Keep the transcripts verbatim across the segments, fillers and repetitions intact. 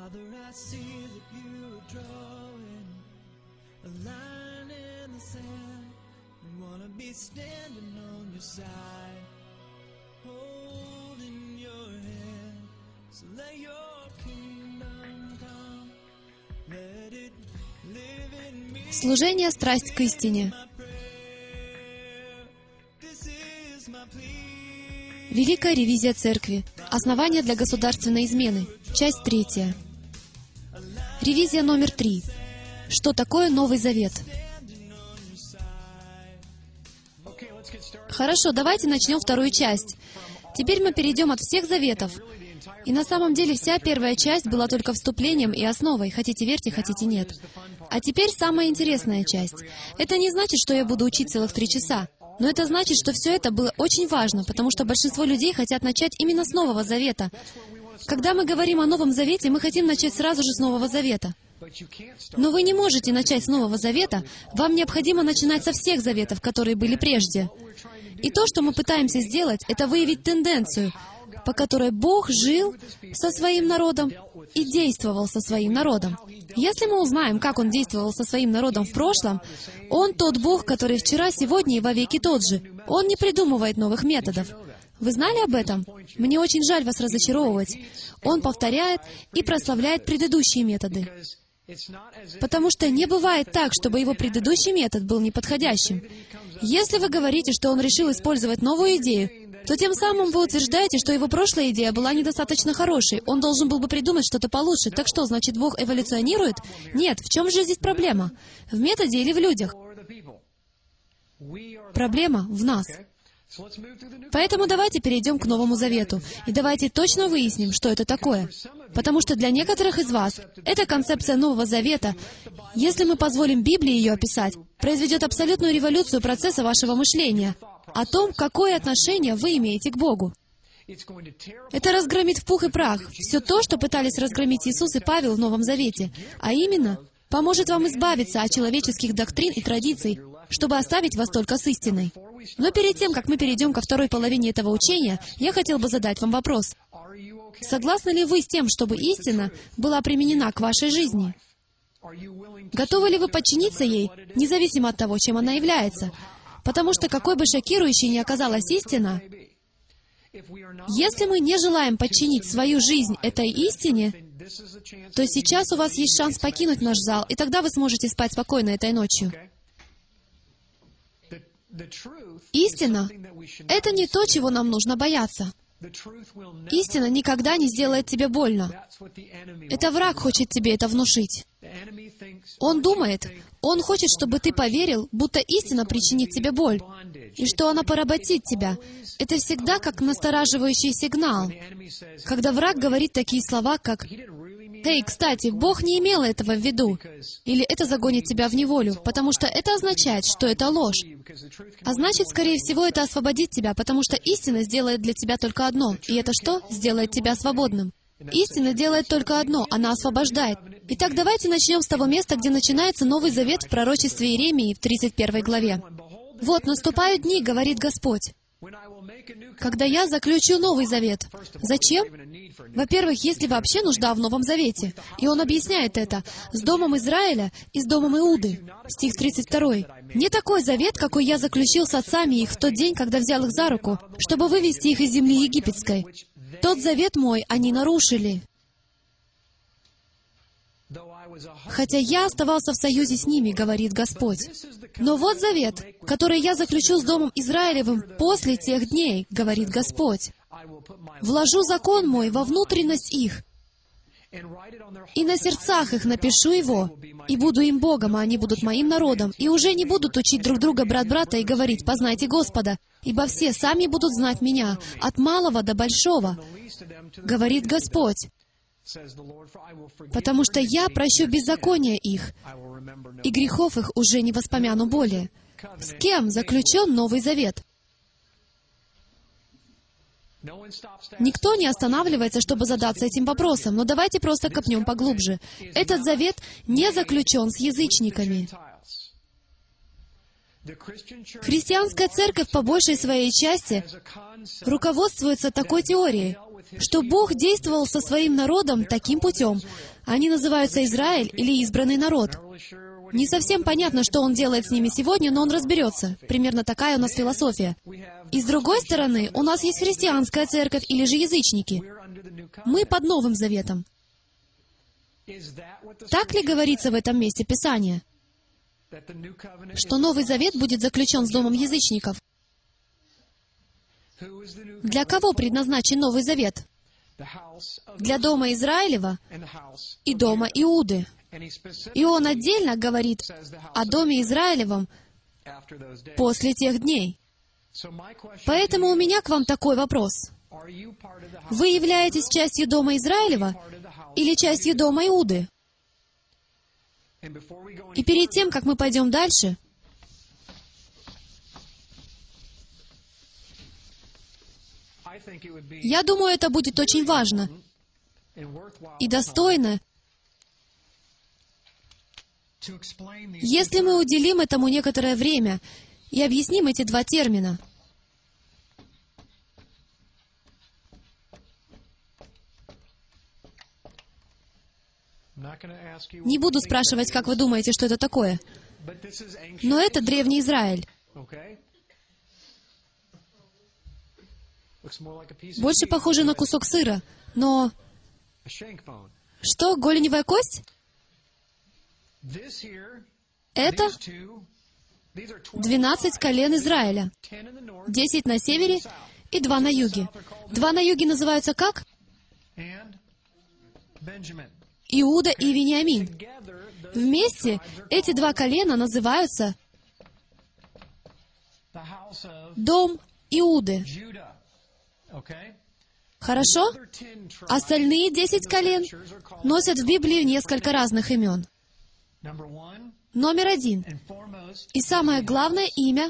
Служение «Страсть к истине». Великая ревизия Церкви. Основания для государственной измены. Часть третья. Ревизия номер три. Что такое Новый Завет? Хорошо, давайте начнем вторую часть. Теперь мы перейдем от всех заветов. И на самом деле вся первая часть была только вступлением и основой. Хотите верьте, хотите нет. А теперь самая интересная часть. Это не значит, что я буду учить целых три часа. Но это значит, что все это было очень важно, потому что большинство людей хотят начать именно с Нового Завета. Когда мы говорим о Новом Завете, мы хотим начать сразу же с Нового Завета. Но вы не можете начать с Нового Завета, вам необходимо начинать со всех заветов, которые были прежде. И то, что мы пытаемся сделать, это выявить тенденцию, по которой Бог жил со своим народом и действовал со своим народом. Если мы узнаем, как Он действовал со своим народом в прошлом, Он тот Бог, который вчера, сегодня и вовеки тот же. Он не придумывает новых методов. Вы знали об этом? Мне очень жаль вас разочаровывать. Он повторяет и прославляет предыдущие методы. Потому что не бывает так, чтобы его предыдущий метод был неподходящим. Если вы говорите, что он решил использовать новую идею, то тем самым вы утверждаете, что его прошлая идея была недостаточно хорошей. Он должен был бы придумать что-то получше. Так что, значит, Бог эволюционирует? Нет. В чем же здесь проблема? В методе или в людях? Проблема в нас. Поэтому давайте перейдем к Новому Завету. И давайте точно выясним, что это такое. Потому что для некоторых из вас эта концепция Нового Завета, если мы позволим Библии ее описать, произведет абсолютную революцию процесса вашего мышления о том, какое отношение вы имеете к Богу. Это разгромит в пух и прах все то, что пытались разгромить Иисус и Павел в Новом Завете, а именно, поможет вам избавиться от человеческих доктрин и традиций, чтобы оставить вас только с истиной. Но перед тем, как мы перейдем ко второй половине этого учения, я хотел бы задать вам вопрос. Согласны ли вы с тем, чтобы истина была применена к вашей жизни? Готовы ли вы подчиниться ей, независимо от того, чем она является? Потому что какой бы шокирующей ни оказалась истина, если мы не желаем подчинить свою жизнь этой истине, то сейчас у вас есть шанс покинуть наш зал, и тогда вы сможете спать спокойно этой ночью. Истина — это не то, чего нам нужно бояться. Истина никогда не сделает тебе больно. Это враг хочет тебе это внушить. Он думает, он хочет, чтобы ты поверил, будто истина причинит тебе боль, и что она поработит тебя. Это всегда как настораживающий сигнал, когда враг говорит такие слова, как «Эй, кстати, Бог не имел этого в виду», или «Это загонит тебя в неволю», потому что это означает, что это ложь. А значит, скорее всего, это освободит тебя, потому что истина сделает для тебя только одно, и это что? Сделает тебя свободным. Истина делает только одно — она освобождает. Итак, давайте начнем с того места, где начинается Новый Завет в пророчестве Иеремии в тридцать первой главе. «Вот наступают дни, — говорит Господь, — когда я заключу Новый Завет». Зачем? Во-первых, есть ли вообще нужда в Новом Завете? И он объясняет это с домом Израиля и с домом Иуды. Стих тридцать второй. «Не такой завет, какой я заключил с отцами их в тот день, когда взял их за руку, чтобы вывести их из земли египетской. Тот завет мой они нарушили, хотя я оставался в союзе с ними, говорит Господь. Но вот завет, который я заключу с домом Израилевым после тех дней, говорит Господь. Вложу закон мой во внутренность их, и на сердцах их напишу его, и буду им Богом, а они будут моим народом, и уже не будут учить друг друга брат брата и говорить: познайте Господа, ибо все сами будут знать Меня, от малого до большого, говорит Господь. Потому что я прощу беззакония их, и грехов их уже не воспомяну более». С кем заключен Новый Завет? Никто не останавливается, чтобы задаться этим вопросом, но давайте просто копнем поглубже. Этот завет не заключен с язычниками. Христианская церковь по большей своей части руководствуется такой теорией, что Бог действовал со своим народом таким путем. Они называются Израиль или избранный народ. Не совсем понятно, что Он делает с ними сегодня, но Он разберется. Примерно такая у нас философия. И с другой стороны, у нас есть христианская церковь или же язычники. Мы под Новым Заветом. Так ли говорится в этом месте Писания? Что Новый Завет будет заключен с домом язычников. Для кого предназначен Новый Завет? Для дома Израилева и дома Иуды. И он отдельно говорит о доме Израилевом после тех дней. Поэтому у меня к вам такой вопрос. Вы являетесь частью дома Израилева или частью дома Иуды? И перед тем, как мы пойдем дальше, я думаю, это будет очень важно и достойно, если мы уделим этому некоторое время и объясним эти два термина. Не буду спрашивать, как вы думаете, что это такое. Но это Древний Израиль. Больше похоже на кусок сыра. Но что, голеневая кость? Это двенадцать колен Израиля. Десять на севере и два на юге. Два на юге называются как? Иуда и Вениамин. Вместе эти два колена называются дом Иуды. Хорошо? Остальные десять колен носят в Библии несколько разных имен. Номер один. И самое главное имя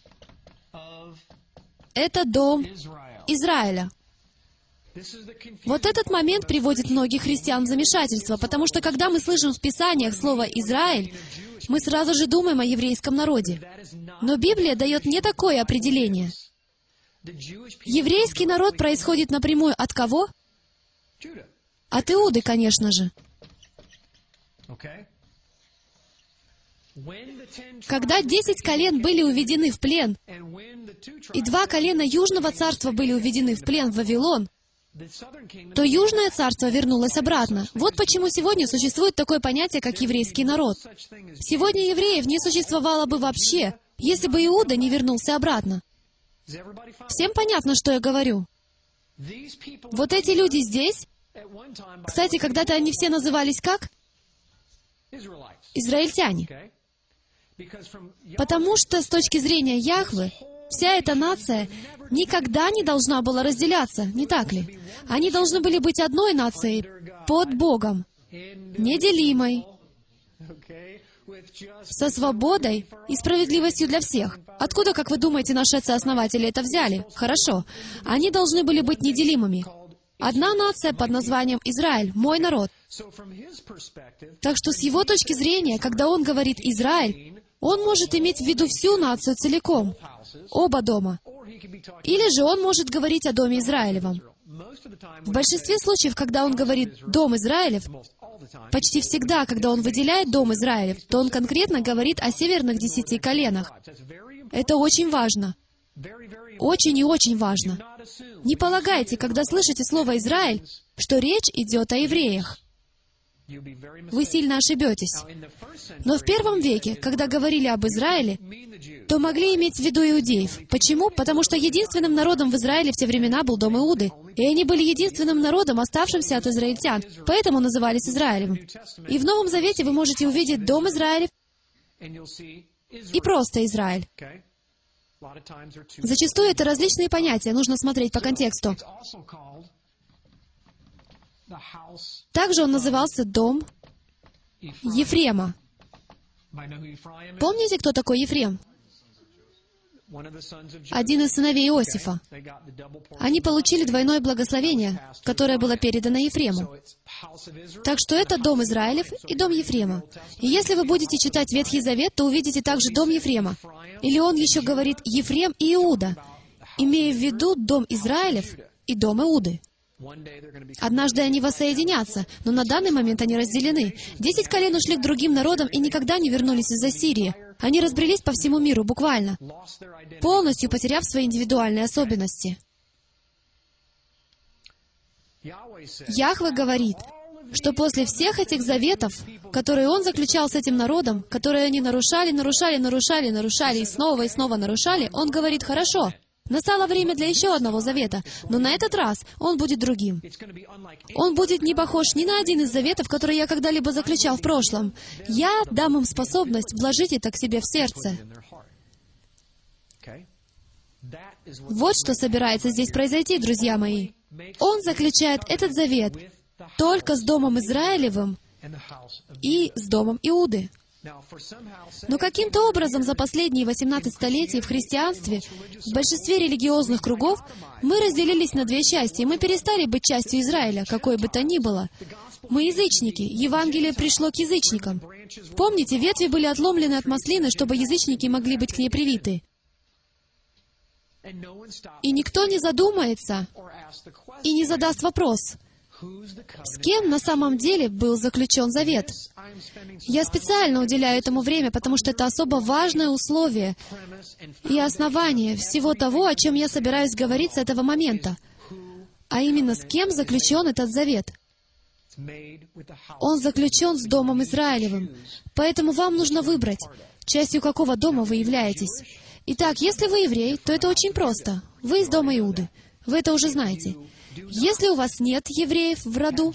— это дом Израиля. Вот этот момент приводит многих христиан в замешательство, потому что когда мы слышим в Писаниях слово «Израиль», мы сразу же думаем о еврейском народе. Но Библия дает не такое определение. Еврейский народ происходит напрямую от кого? От Иуды, конечно же. Когда десять колен были уведены в плен, и два колена Южного царства были уведены в плен в Вавилон, то Южное царство вернулось обратно. Вот почему сегодня существует такое понятие, как еврейский народ. Сегодня евреев не существовало бы вообще, если бы Иуда не вернулся обратно. Всем понятно, что я говорю? Вот эти люди здесь, кстати, когда-то они все назывались как? Израильтяне. Потому что с точки зрения Яхвы, вся эта нация никогда не должна была разделяться, не так ли? Они должны были быть одной нацией, под Богом, неделимой, со свободой и справедливостью для всех. Откуда, как вы думаете, наши отцы-основатели это взяли? Хорошо. Они должны были быть неделимыми. Одна нация под названием Израиль, мой народ. Так что с его точки зрения, когда он говорит «Израиль», он может иметь в виду всю нацию целиком, оба дома. Или же он может говорить о доме Израилевом. В большинстве случаев, когда он говорит «дом Израилев», почти всегда, когда он выделяет дом Израилев, то он конкретно говорит о северных десяти коленах. Это очень важно. Очень и очень важно. Не полагайте, когда слышите слово «Израиль», что речь идет о евреях. Вы сильно ошибетесь. Но в первом веке, когда говорили об Израиле, то могли иметь в виду иудеев. Почему? Потому что единственным народом в Израиле в те времена был дом Иуды. И они были единственным народом, оставшимся от израильтян. Поэтому назывались Израилем. И в Новом Завете вы можете увидеть дом Израилев и просто Израиль. Зачастую это различные понятия, нужно смотреть по контексту. Также он назывался дом Ефрема. Помните, кто такой Ефрем? один из сыновей Иосифа. Они получили двойное благословение, которое было передано Ефрему. Так что это дом Израилев и дом Ефрема. И если вы будете читать Ветхий Завет, то увидите также дом Ефрема. Или он еще говорит Ефрем и Иуда, имея в виду дом Израилев и дом Иуды. Однажды они воссоединятся, но на данный момент они разделены. Десять колен ушли к другим народам и никогда не вернулись из Ассирии. Они разбрелись по всему миру, буквально, полностью потеряв свои индивидуальные особенности. Яхве говорит, что после всех этих заветов, которые Он заключал с этим народом, которые они нарушали, нарушали, нарушали, нарушали и снова и снова нарушали, Он говорит: «Хорошо, настало время для еще одного завета, но на этот раз он будет другим. Он будет не похож ни на один из заветов, которые я когда-либо заключал в прошлом. Я дам им способность вложить это к себе в сердце». Вот что собирается здесь произойти, друзья мои. Он заключает этот завет только с домом Израилевым и с домом Иуды. Но каким-то образом за последние восемнадцать столетий в христианстве, в большинстве религиозных кругов, мы разделились на две части, и мы перестали быть частью Израиля, какой бы то ни было. Мы язычники, Евангелие пришло к язычникам. Помните, ветви были отломлены от маслины, чтобы язычники могли быть к ней привиты. И никто не задумается и не задаст вопрос, с кем на самом деле был заключен завет. Я специально уделяю этому время, потому что это особо важное условие и основание всего того, о чем я собираюсь говорить с этого момента. А именно, с кем заключен этот завет. Он заключен с домом Израилевым. Поэтому вам нужно выбрать, частью какого дома вы являетесь. Итак, если вы еврей, то это очень просто. Вы из дома Иуды. Вы это уже знаете. Если у вас нет евреев в роду,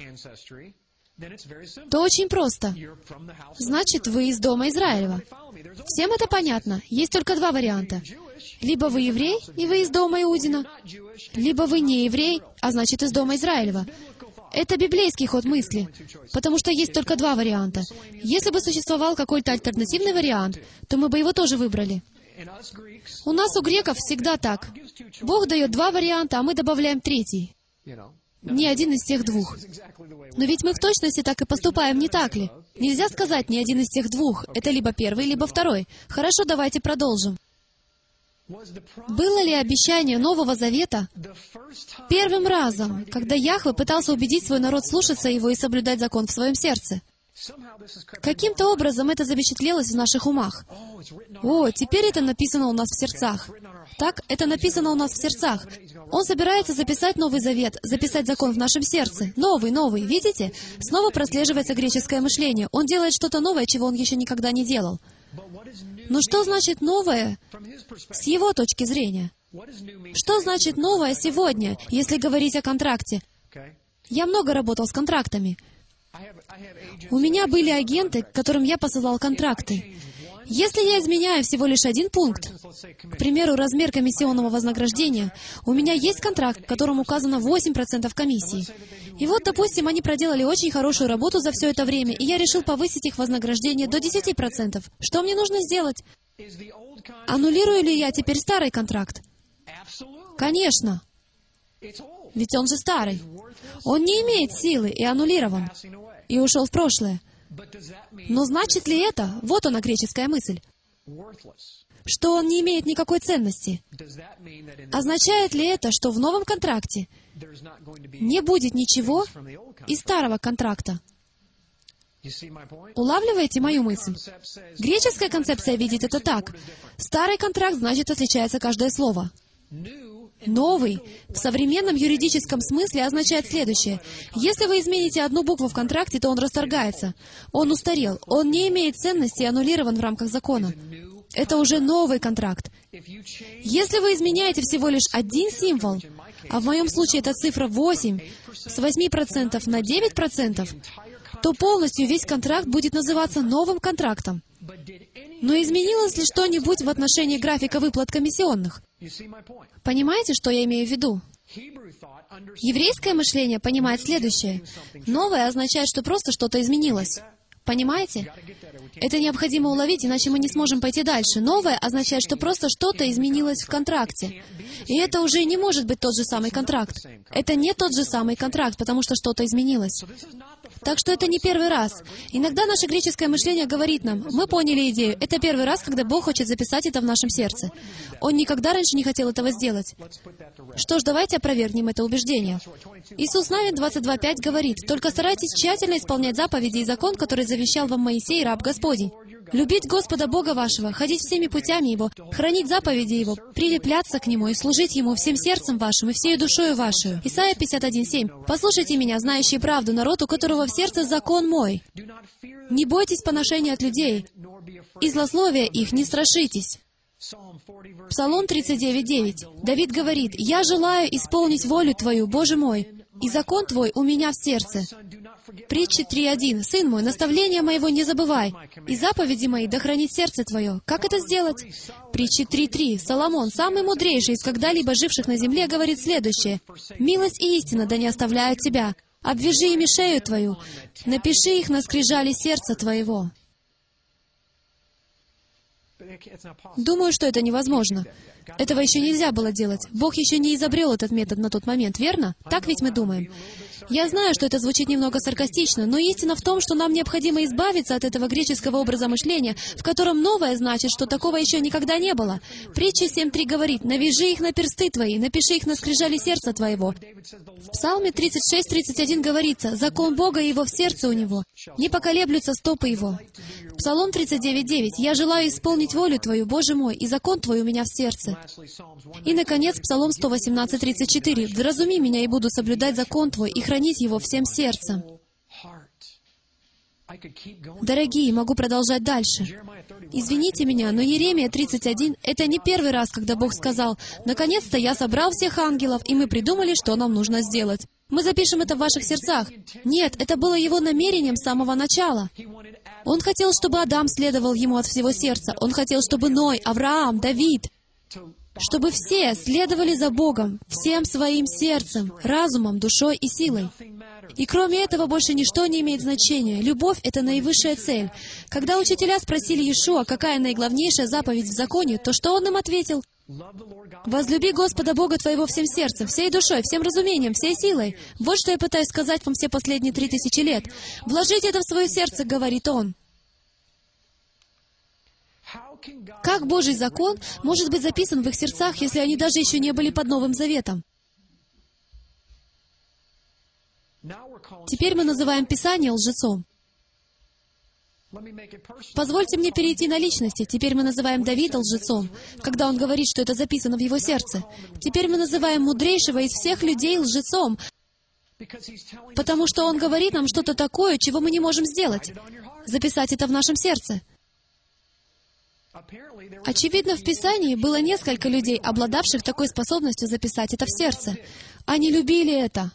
то очень просто. Значит, вы из дома Израилева. Всем это понятно. Есть только два варианта. Либо вы еврей, и вы из дома Иудина, либо вы не еврей, а значит, из дома Израилева. Это библейский ход мысли, потому что есть только два варианта. Если бы существовал какой-то альтернативный вариант, то мы бы его тоже выбрали. У нас, у греков, всегда так. Бог дает два варианта, а мы добавляем третий. Ни один из тех двух. Но ведь мы в точности так и поступаем, не так ли? Нельзя сказать ни один из тех двух. Это либо первый, либо второй. Хорошо, давайте продолжим. Было ли обещание Нового Завета первым разом, когда Яхве пытался убедить свой народ слушаться Его и соблюдать закон в своем сердце? Каким-то образом это запечатлелось в наших умах. О, теперь это написано у нас в сердцах. Так, это написано у нас в сердцах. Он собирается записать Новый Завет, записать закон в нашем сердце. Новый, новый, видите? Снова прослеживается греческое мышление. Он делает что-то новое, чего он еще никогда не делал. Но что значит новое с его точки зрения? Что значит новое сегодня, если говорить о контракте? Я много работал с контрактами. У меня были агенты, которым я посылал контракты. Если я изменяю всего лишь один пункт, к примеру, размер комиссионного вознаграждения, у меня есть контракт, в котором указано восемь процентов комиссии. И вот, допустим, они проделали очень хорошую работу за все это время, и я решил повысить их вознаграждение до десяти процентов. Что мне нужно сделать? Аннулирую ли я теперь старый контракт? Конечно. Ведь он же старый. Он не имеет силы и аннулирован. И ушел в прошлое. Но значит ли это, вот она греческая мысль, что он не имеет никакой ценности? Означает ли это, что в новом контракте не будет ничего из старого контракта? Улавливаете мою мысль? Греческая концепция видит это так. Старый контракт, значит, отличается каждое слово. Новый в современном юридическом смысле означает следующее. Если вы измените одну букву в контракте, то он расторгается. Он устарел, он не имеет ценности и аннулирован в рамках закона. Это уже новый контракт. Если вы изменяете всего лишь один символ, а в моем случае это цифра восемь, с восьми процентов на девять процентов, то полностью весь контракт будет называться новым контрактом. Но изменилось ли что-нибудь в отношении графика выплат комиссионных? Понимаете, что я имею в виду? Еврейское мышление понимает следующее. Новое означает, что просто что-то изменилось. Понимаете? Это необходимо уловить, иначе мы не сможем пойти дальше. Новое означает, что просто что-то изменилось в контракте. И это уже не может быть тот же самый контракт. Это не тот же самый контракт, потому что что-то изменилось. Так что это не первый раз. Иногда наше греческое мышление говорит нам: мы поняли идею. Это первый раз, когда Бог хочет записать это в нашем сердце. Он никогда раньше не хотел этого сделать. Что ж, давайте опровергнем это убеждение. Иисус Навин двадцать два пять говорит: «Только старайтесь тщательно исполнять заповеди и закон, который завещал вам Моисей, раб Господень. Любить Господа Бога вашего, ходить всеми путями Его, хранить заповеди Его, прилепляться к Нему и служить Ему всем сердцем вашим и всею душою вашей». Исайя пятьдесят один семь. «Послушайте меня, знающие правду, народ, у которого в сердце закон мой. Не бойтесь поношения от людей, и злословия их не страшитесь». Псалом тридцать девять девять. Давид говорит: «Я желаю исполнить волю Твою, Боже мой, и закон Твой у меня в сердце». Притчи три один. «Сын мой, наставления моего не забывай, и заповеди мои да хранит сердце твое». Как это сделать? Притчи три три. Соломон, самый мудрейший из когда-либо живших на земле, говорит следующее: «Милость и истина да не оставляют тебя. Обвяжи ими шею твою, напиши их на скрижали сердца твоего». Думаю, что это невозможно. Этого еще нельзя было делать. Бог еще не изобрел этот метод на тот момент, верно? Так ведь мы думаем. Я знаю, что это звучит немного саркастично, но истина в том, что нам необходимо избавиться от этого греческого образа мышления, в котором новое значит, что такого еще никогда не было. Притча семь три говорит: «Навяжи их на персты твои, напиши их на скрижали сердца твоего». В Псалме тридцать шесть тридцать один говорится: «Закон Бога его в сердце у него, не поколеблются стопы его». Псалом тридцать девять девять. «Я желаю исполнить волю Твою, Боже мой, и закон Твой у меня в сердце». И, наконец, Псалом сто восемнадцать тридцать четыре. «Вразуми меня, и буду соблюдать закон Твой, и хранить его всем сердцем». Дорогие, могу продолжать дальше. Извините меня, но Иеремия тридцать один — это не первый раз, когда Бог сказал: «Наконец-то я собрал всех ангелов, и мы придумали, что нам нужно сделать. Мы запишем это в ваших сердцах». Нет, это было Его намерением с самого начала. Он хотел, чтобы Адам следовал Ему от всего сердца. Он хотел, чтобы Ной, Авраам, Давид, чтобы все следовали за Богом всем своим сердцем, разумом, душой и силой. И кроме этого больше ничто не имеет значения. Любовь — это наивысшая цель. Когда учителя спросили Иешуа, какая наиглавнейшая заповедь в законе, то что он им ответил? «Возлюби Господа Бога твоего всем сердцем, всей душой, всем разумением, всей силой». Вот что я пытаюсь сказать вам все последние три тысячи лет. «Вложите это в свое сердце», — говорит Он. Как Божий закон может быть записан в их сердцах, если они даже еще не были под Новым Заветом? Теперь мы называем Писание лжецом. Позвольте мне перейти на личности. Теперь мы называем Давида лжецом, когда он говорит, что это записано в его сердце. Теперь мы называем мудрейшего из всех людей лжецом, потому что он говорит нам что-то такое, чего мы не можем сделать. Записать это в нашем сердце. Очевидно, в Писании было несколько людей, обладавших такой способностью записать это в сердце. Они любили это.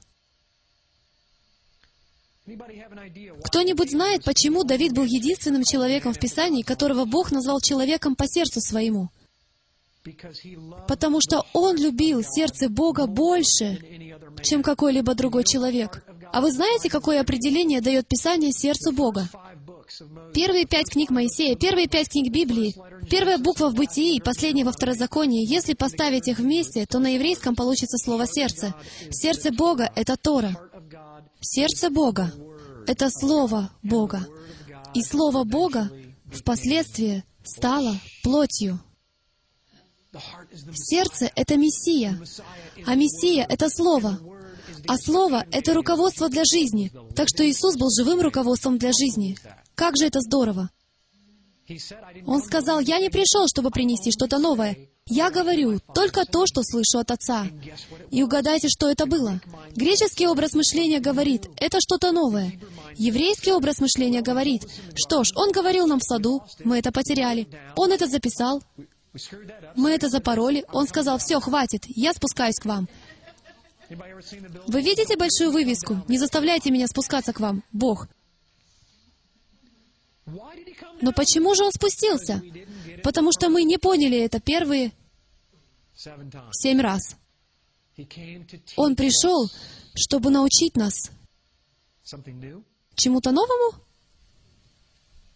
Кто-нибудь знает, почему Давид был единственным человеком в Писании, которого Бог назвал человеком по сердцу своему? Потому что он любил сердце Бога больше, чем какой-либо другой человек. А вы знаете, какое определение дает Писание сердцу Бога? Первые пять книг Моисея, первые пять книг Библии, первая буква в Бытии и последняя во Второзаконии, если поставить их вместе, то на еврейском получится слово «сердце». Сердце Бога — это Тора. Сердце Бога — это Слово Бога. И Слово Бога впоследствии стало плотью. Сердце — это Мессия, а Мессия — это Слово. А Слово — это руководство для жизни. Так что Иисус был живым руководством для жизни. Как же это здорово! Он сказал: «Я не пришел, чтобы принести что-то новое. Я говорю только то, что слышу от Отца». И угадайте, что это было. Греческий образ мышления говорит: это что-то новое. Еврейский образ мышления говорит: что ж, Он говорил нам в саду, мы это потеряли. Он это записал, мы это запороли. Он сказал: «Все, хватит, я спускаюсь к вам». Вы видите большую вывеску? «Не заставляйте меня спускаться к вам, Бог». Но почему же Он спустился? Потому что мы не поняли это первые семь раз. Он пришел, чтобы научить нас чему-то новому?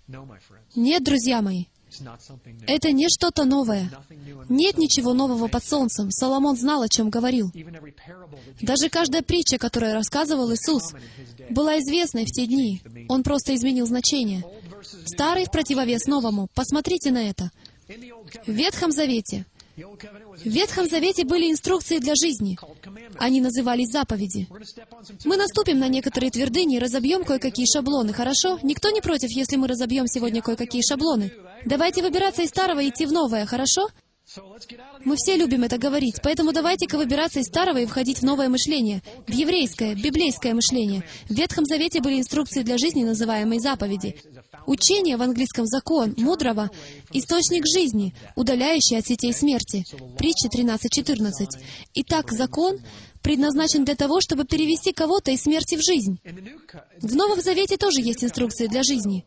Нет, друзья мои, это не что-то новое. Нет ничего нового под солнцем. Соломон знал, о чем говорил. Даже каждая притча, которую рассказывал Иисус, была известной в те дни. Он просто изменил значение. Старый в противовес новому. Посмотрите на это. В Ветхом Завете. В Ветхом Завете были инструкции для жизни. Они назывались заповеди. Мы наступим на некоторые твердыни и разобьем кое-какие шаблоны, хорошо? Никто не против, если мы разобьем сегодня кое-какие шаблоны. Давайте выбираться из старого и идти в новое, хорошо? Мы все любим это говорить, поэтому давайте-ка выбираться из старого и входить в новое мышление, в еврейское, библейское мышление. В Ветхом Завете были инструкции для жизни, называемые заповеди. Учение в английском «закон», мудрого, источник жизни, удаляющий от сетей смерти. Притча тринадцать четырнадцать. Итак, закон предназначен для того, чтобы перевести кого-то из смерти в жизнь. В Новом Завете тоже есть инструкции для жизни.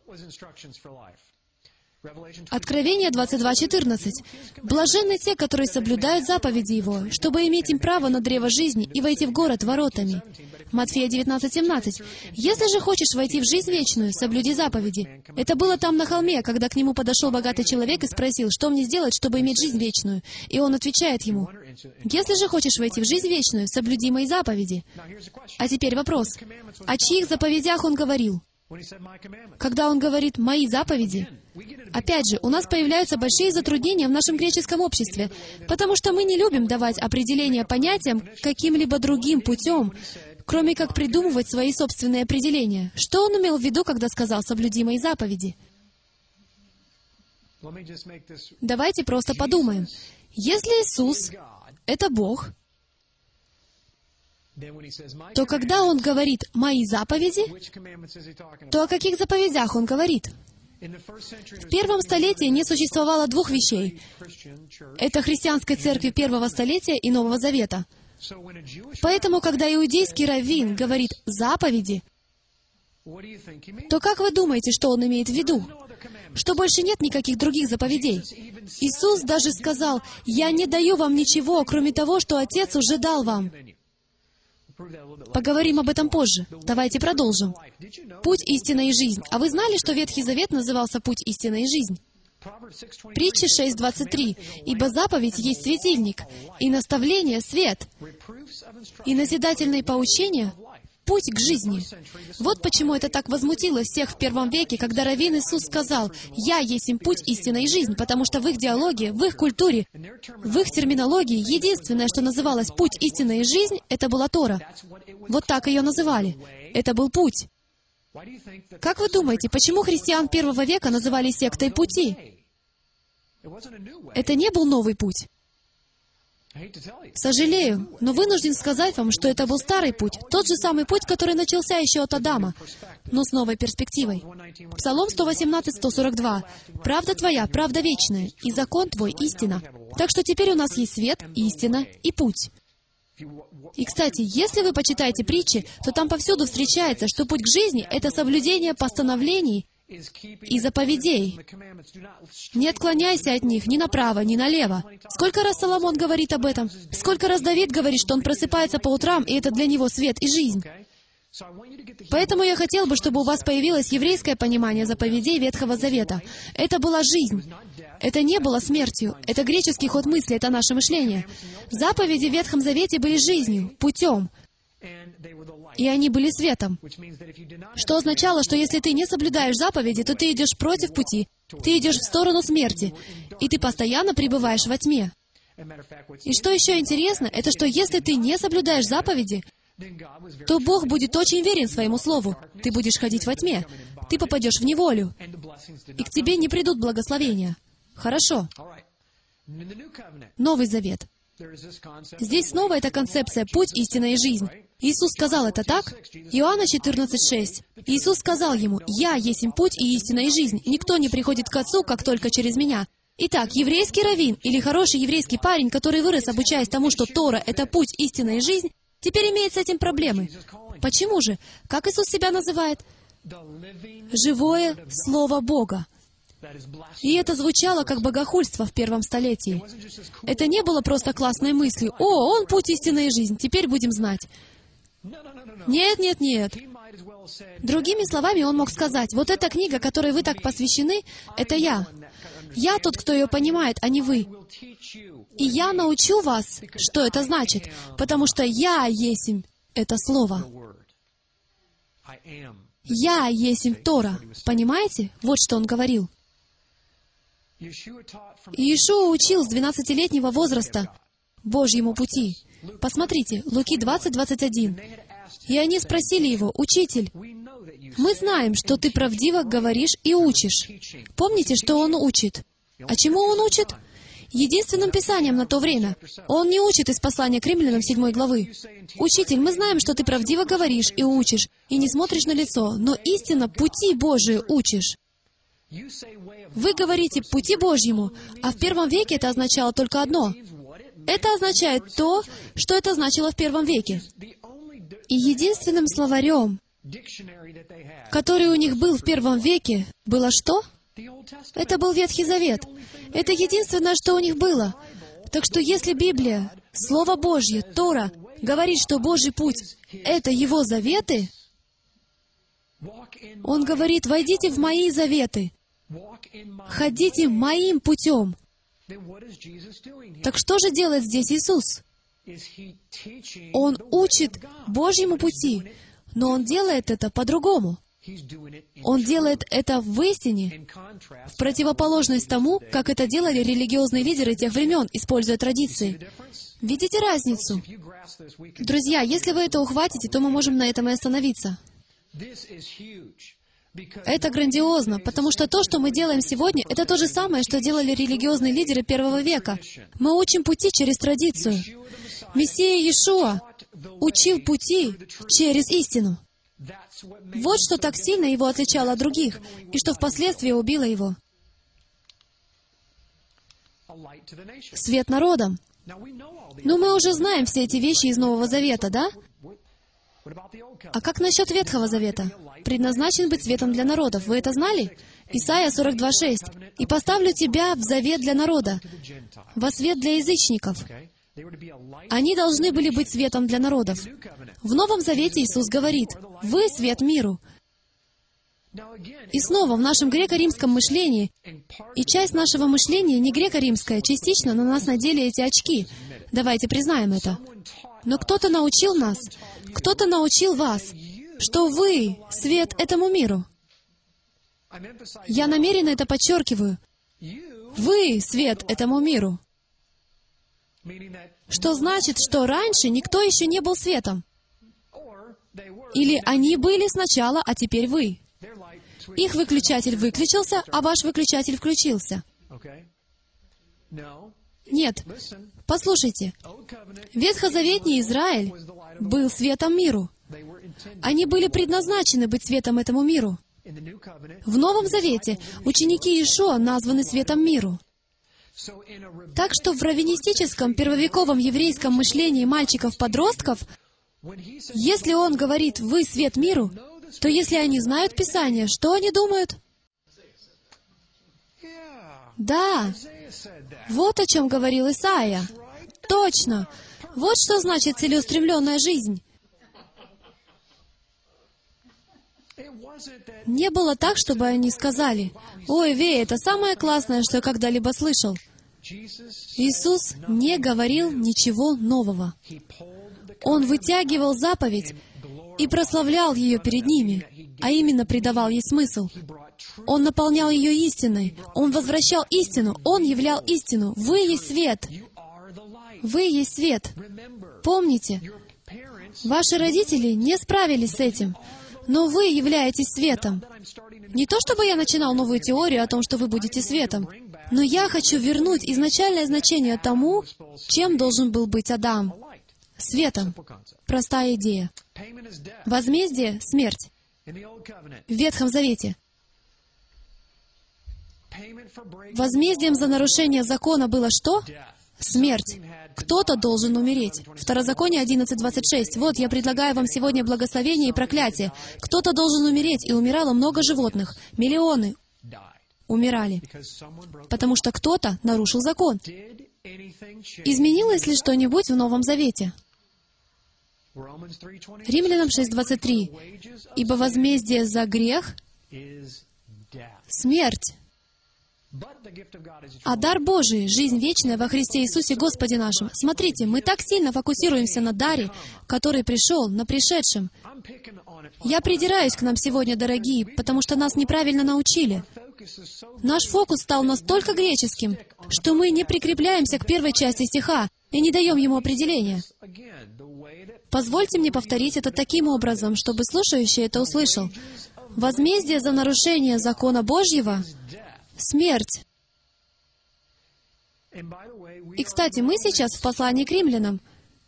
Откровение двадцать два четырнадцать. «Блаженны те, которые соблюдают заповеди Его, чтобы иметь им право на древо жизни и войти в город воротами». Матфея девятнадцать семнадцать. «Если же хочешь войти в жизнь вечную, соблюди заповеди». Это было там на холме, когда к нему подошел богатый человек и спросил, что мне сделать, чтобы иметь жизнь вечную. И он отвечает ему, «Если же хочешь войти в жизнь вечную, соблюди мои заповеди». А теперь вопрос. О чьих заповедях он говорил? Когда он говорит «мои заповеди», опять же, у нас появляются большие затруднения в нашем греческом обществе, потому что мы не любим давать определение понятиям каким-либо другим путем, кроме как придумывать свои собственные определения. Что он имел в виду, когда сказал «соблюди мои заповеди»? Давайте просто подумаем. Если Иисус — это Бог, то когда Он говорит «мои заповеди», то о каких заповедях Он говорит? В первом столетии не существовало двух вещей. Это христианской церкви первого столетия и Нового Завета. Поэтому, когда иудейский раввин говорит «заповеди», то как вы думаете, что он имеет в виду? Что больше нет никаких других заповедей. Иисус даже сказал «Я не даю вам ничего, кроме того, что Отец уже дал вам». Поговорим об этом позже. Давайте продолжим. Путь, истина и жизнь. А вы знали, что Ветхий Завет назывался «Путь, истина и жизнь»? Притча шесть двадцать три. «Ибо заповедь есть светильник, и наставление — свет, и назидательные поучения — путь к жизни». Вот почему это так возмутило всех в первом веке, когда раввин Иисус сказал «Я есть им путь, истина и жизнь», потому что в их диалоге, в их культуре, в их терминологии единственное, что называлось «путь, истина и жизнь», это была Тора. Вот так ее называли. Это был путь. Как вы думаете, почему христиан первого века называли сектой пути? Это не был новый путь. Сожалею, но вынужден сказать вам, что это был старый путь, тот же самый путь, который начался еще от Адама, но с новой перспективой. Псалом сто восемнадцать сто сорок два. «Правда твоя, правда вечная, и закон твой — истина». Так что теперь у нас есть свет, истина и путь. И, кстати, если вы почитаете притчи, то там повсюду встречается, что путь к жизни — это соблюдение постановлений и заповедей. Не отклоняйся от них ни направо, ни налево. Сколько раз Соломон говорит об этом? Сколько раз Давид говорит, что он просыпается по утрам, и это для него свет и жизнь? Поэтому я хотел бы, чтобы у вас появилось еврейское понимание заповедей Ветхого Завета. Это была жизнь. Это не было смертью. Это греческий ход мысли, это наше мышление. Заповеди в Ветхом Завете были жизнью, путем. И они были светом. Что означало, что если ты не соблюдаешь заповеди, то ты идешь против пути, ты идешь в сторону смерти, и ты постоянно пребываешь во тьме. И что еще интересно, это что если ты не соблюдаешь заповеди, то Бог будет очень верен своему слову. Ты будешь ходить во тьме, ты попадешь в неволю, и к тебе не придут благословения. Хорошо. Новый Завет. Здесь снова эта концепция «путь, истина и жизнь». Иисус сказал это так? Иоанна четырнадцать шесть. Иисус сказал ему, «Я есть им путь и истина и жизнь. Никто не приходит к Отцу, как только через Меня». Итак, еврейский раввин или хороший еврейский парень, который вырос, обучаясь тому, что Тора — это путь, истина и жизнь, теперь имеет с этим проблемы. Почему же? Как Иисус себя называет? Живое Слово Бога. И это звучало как богохульство в первом столетии. Это не было просто классной мыслью. «О, Он путь, истина и жизнь, теперь будем знать». Нет, нет, нет. Другими словами, он мог сказать, вот эта книга, которой вы так посвящены, это я. Я тот, кто ее понимает, а не вы. И я научу вас, что это значит, потому что я есмь это слово. Я есмь Тора. Понимаете? Вот что он говорил. Иешуа учил с двенадцатилетнего возраста Божьему пути. Посмотрите, Луки двадцать, двадцать один. И они спросили его, «Учитель, мы знаем, что ты правдиво говоришь и учишь». Помните, что он учит? А чему он учит? Единственным Писанием на то время. Он не учит из послания к Римлянам седьмой главы. «Учитель, мы знаем, что ты правдиво говоришь и учишь, и не смотришь на лицо, но истинно пути Божии учишь». Вы говорите «пути Божьему», а в первом веке это означало только одно. Это означает то, что это значило в первом веке. И единственным словарем, который у них был в первом веке, было что? Это был Ветхий Завет. Это единственное, что у них было. Так что если Библия, Слово Божье, Тора, говорит, что Божий путь — это Его заветы, Он говорит, войдите в Мои заветы, ходите Моим путем. Так что же делает здесь Иисус? Он учит Божьему пути, но Он делает это по-другому. Он делает это в истине, в противоположность тому, как это делали религиозные лидеры тех времен, используя традиции. Видите разницу? Друзья, если вы это ухватите, то мы можем на этом и остановиться. Это грандиозно, потому что то, что мы делаем сегодня, это то же самое, что делали религиозные лидеры первого века. Мы учим пути через традицию. Мессия Иешуа учил пути через истину. Вот что так сильно его отличало от других, и что впоследствии убило его. Свет народам. Ну, мы уже знаем все эти вещи из Нового Завета, да? А как насчет Ветхого Завета? Предназначен быть светом для народов. Вы это знали? Исайя сорок два, шесть. «И поставлю тебя в завет для народа, во свет для язычников». Они должны были быть светом для народов. В Новом Завете Иисус говорит, «Вы свет миру». И снова, в нашем греко-римском мышлении, и часть нашего мышления не греко-римская, частично на нас надели эти очки. Давайте признаем это. Но кто-то научил нас, кто-то научил вас, что вы — свет этому миру. Я намеренно это подчеркиваю. Вы — свет этому миру. Что значит, что раньше никто еще не был светом. Или они были сначала, а теперь вы. Их выключатель выключился, а ваш выключатель включился. Нет. Послушайте. Ветхозаветний Израиль был светом миру. Они были предназначены быть светом этому миру. В Новом Завете ученики Иешуа названы светом миру. Так что в раввинистическом первовековом еврейском мышлении мальчиков-подростков, если он говорит «вы свет миру», то если они знают Писание, что они думают? Да, вот о чем говорил Исаия. Точно. Вот что значит целеустремленная жизнь. Не было так, чтобы они сказали, «Ой, Вей, это самое классное, что я когда-либо слышал». Иисус не говорил ничего нового. Он вытягивал заповедь и прославлял ее перед ними, а именно придавал ей смысл. Он наполнял ее истиной. Он возвращал истину. Он являл истину. Вы есть свет. Вы есть свет. Помните, ваши родители не справились с этим, но вы являетесь светом. Не то чтобы я начинал новую теорию о том, что вы будете светом, но я хочу вернуть изначальное значение тому, чем должен был быть Адам. Светом. Простая идея. Возмездие — смерть. В Ветхом Завете. Возмездием за нарушение закона было что? Смерть. Кто-то должен умереть. Второзаконие одиннадцать, двадцать шесть. Вот, я предлагаю вам сегодня благословение и проклятие. Кто-то должен умереть, и умирало много животных. Миллионы умирали, потому что кто-то нарушил закон. Изменилось ли что-нибудь в Новом Завете? Римлянам шесть двадцать три. «Ибо возмездие за грех — смерть, а дар Божий — жизнь вечная во Христе Иисусе Господе нашем». Смотрите, мы так сильно фокусируемся на даре, который пришел, на пришедшем. Я придираюсь к нам сегодня, дорогие, потому что нас неправильно научили. Наш фокус стал настолько греческим, что мы не прикрепляемся к первой части стиха и не даем ему определения. Позвольте мне повторить это таким образом, чтобы слушающий это услышал. Возмездие за нарушение закона Божьего — смерть. И, кстати, мы сейчас в послании к римлянам.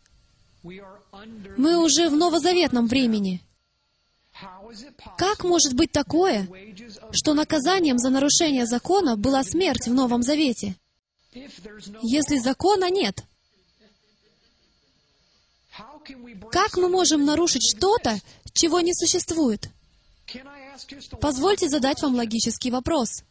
Мы уже в новозаветном времени. Как может быть такое, что наказанием за нарушение закона была смерть в Новом Завете, если закона нет? Как мы можем нарушить что-то, чего не существует? Позвольте задать вам логический вопрос.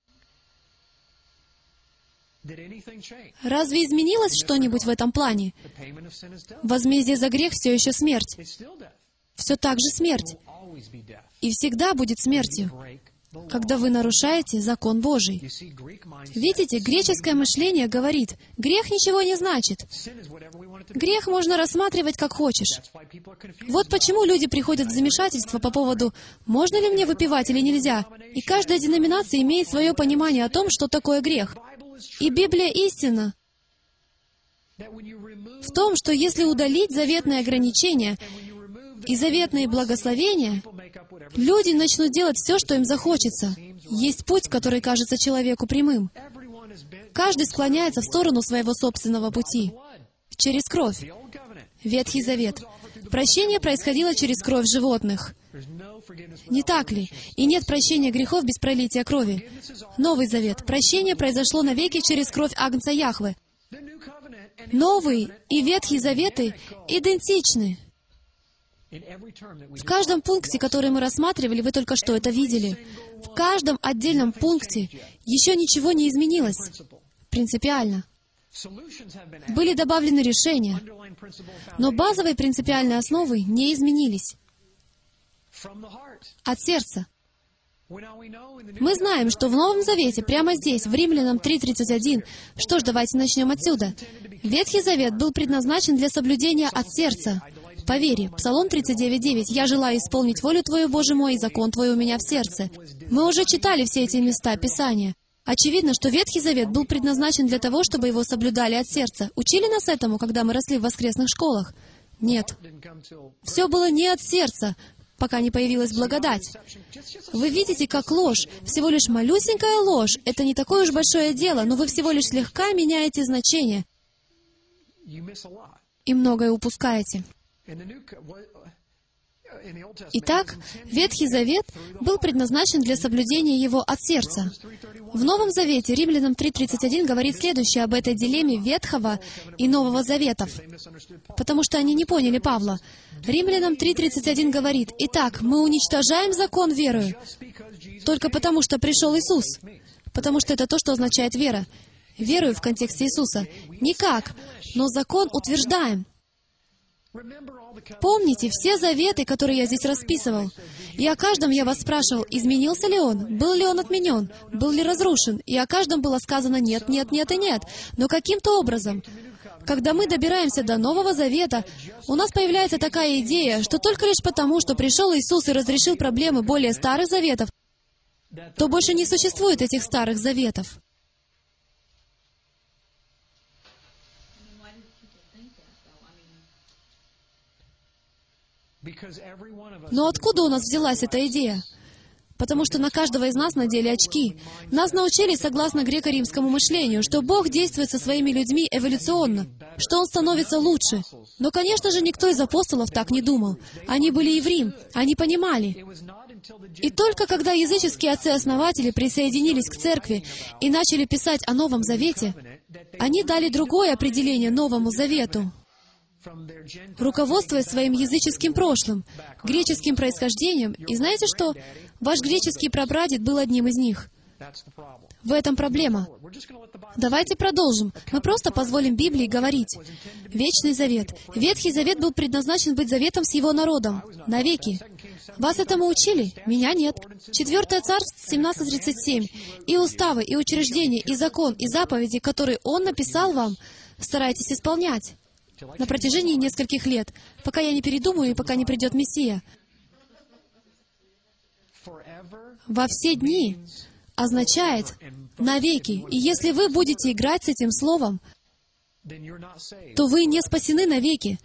Разве изменилось что-нибудь в этом плане? Возмездие за грех все еще смерть. Все так же смерть. И всегда будет смертью, когда вы нарушаете закон Божий. Видите, греческое мышление говорит, грех ничего не значит. Грех можно рассматривать как хочешь. Вот почему люди приходят в замешательство по поводу, можно ли мне выпивать или нельзя. И каждая деноминация имеет свое понимание о том, что такое грех. И Библия истинна в том, что если удалить заветные ограничения и заветные благословения, люди начнут делать все, что им захочется. Есть путь, который кажется человеку прямым. Каждый склоняется в сторону своего собственного пути. Через кровь. Ветхий Завет. Прощение происходило через кровь животных. Не так ли? И нет прощения грехов без пролития крови. Новый Завет. Прощение произошло навеки через кровь Агнца Яхве. Новый и Ветхий Заветы идентичны. В каждом пункте, который мы рассматривали, вы только что это видели. В каждом отдельном пункте еще ничего не изменилось. Принципиально. Были добавлены решения, но базовые принципиальные основы не изменились. От сердца. Мы знаем, что в Новом Завете, прямо здесь, в Римлянам три тридцать один, что ж, давайте начнем отсюда. Ветхий Завет был предназначен для соблюдения от сердца, по вере. Псалом тридцать девять девять. «Я желаю исполнить волю Твою, Боже мой, и закон Твой у меня в сердце». Мы уже читали все эти места Писания. Очевидно, что Ветхий Завет был предназначен для того, чтобы его соблюдали от сердца. Учили нас этому, когда мы росли в воскресных школах? Нет. Все было не от сердца, пока не появилась благодать. Вы видите, как ложь, всего лишь малюсенькая ложь, это не такое уж большое дело, но вы всего лишь слегка меняете значение и многое упускаете. Итак, Ветхий Завет был предназначен для соблюдения его от сердца. В Новом Завете Римлянам три тридцать один говорит следующее об этой дилемме Ветхого и Нового Заветов, потому что они не поняли Павла. Римлянам три тридцать один говорит, «Итак, мы уничтожаем закон верою, только потому что пришел Иисус», потому что это то, что означает вера. Верую в контексте Иисуса. Никак, но закон утверждаем. Помните все заветы, которые я здесь расписывал. И о каждом я вас спрашивал, изменился ли он, был ли он отменен, был ли разрушен. И о каждом было сказано нет, нет, нет и нет. Но каким-то образом, когда мы добираемся до Нового Завета, у нас появляется такая идея, что только лишь потому, что пришел Иисус и разрешил проблемы более старых заветов, то больше не существует этих старых заветов. Но откуда у нас взялась эта идея? Потому что на каждого из нас надели очки. Нас научили, согласно греко-римскому мышлению, что Бог действует со своими людьми эволюционно, что Он становится лучше. Но, конечно же, никто из апостолов так не думал. Они были евреи, они понимали. И только когда языческие отцы-основатели присоединились к церкви и начали писать о Новом Завете, они дали другое определение Новому Завету, руководствуясь своим языческим прошлым, греческим происхождением. И знаете что? Ваш греческий прапрадед был одним из них. В этом проблема. Давайте продолжим. Мы просто позволим Библии говорить. Вечный завет. Ветхий завет был предназначен быть заветом с его народом. Навеки. Вас этому учили? Меня нет. Четвертое Царств, семнадцать тридцать семь. «И уставы, и учреждения, и закон, и заповеди, которые Он написал вам, старайтесь исполнять на протяжении нескольких лет, пока я не передумаю и пока не придет Мессия». Во все дни означает навеки. И если вы будете играть с этим словом, то вы не спасены навеки.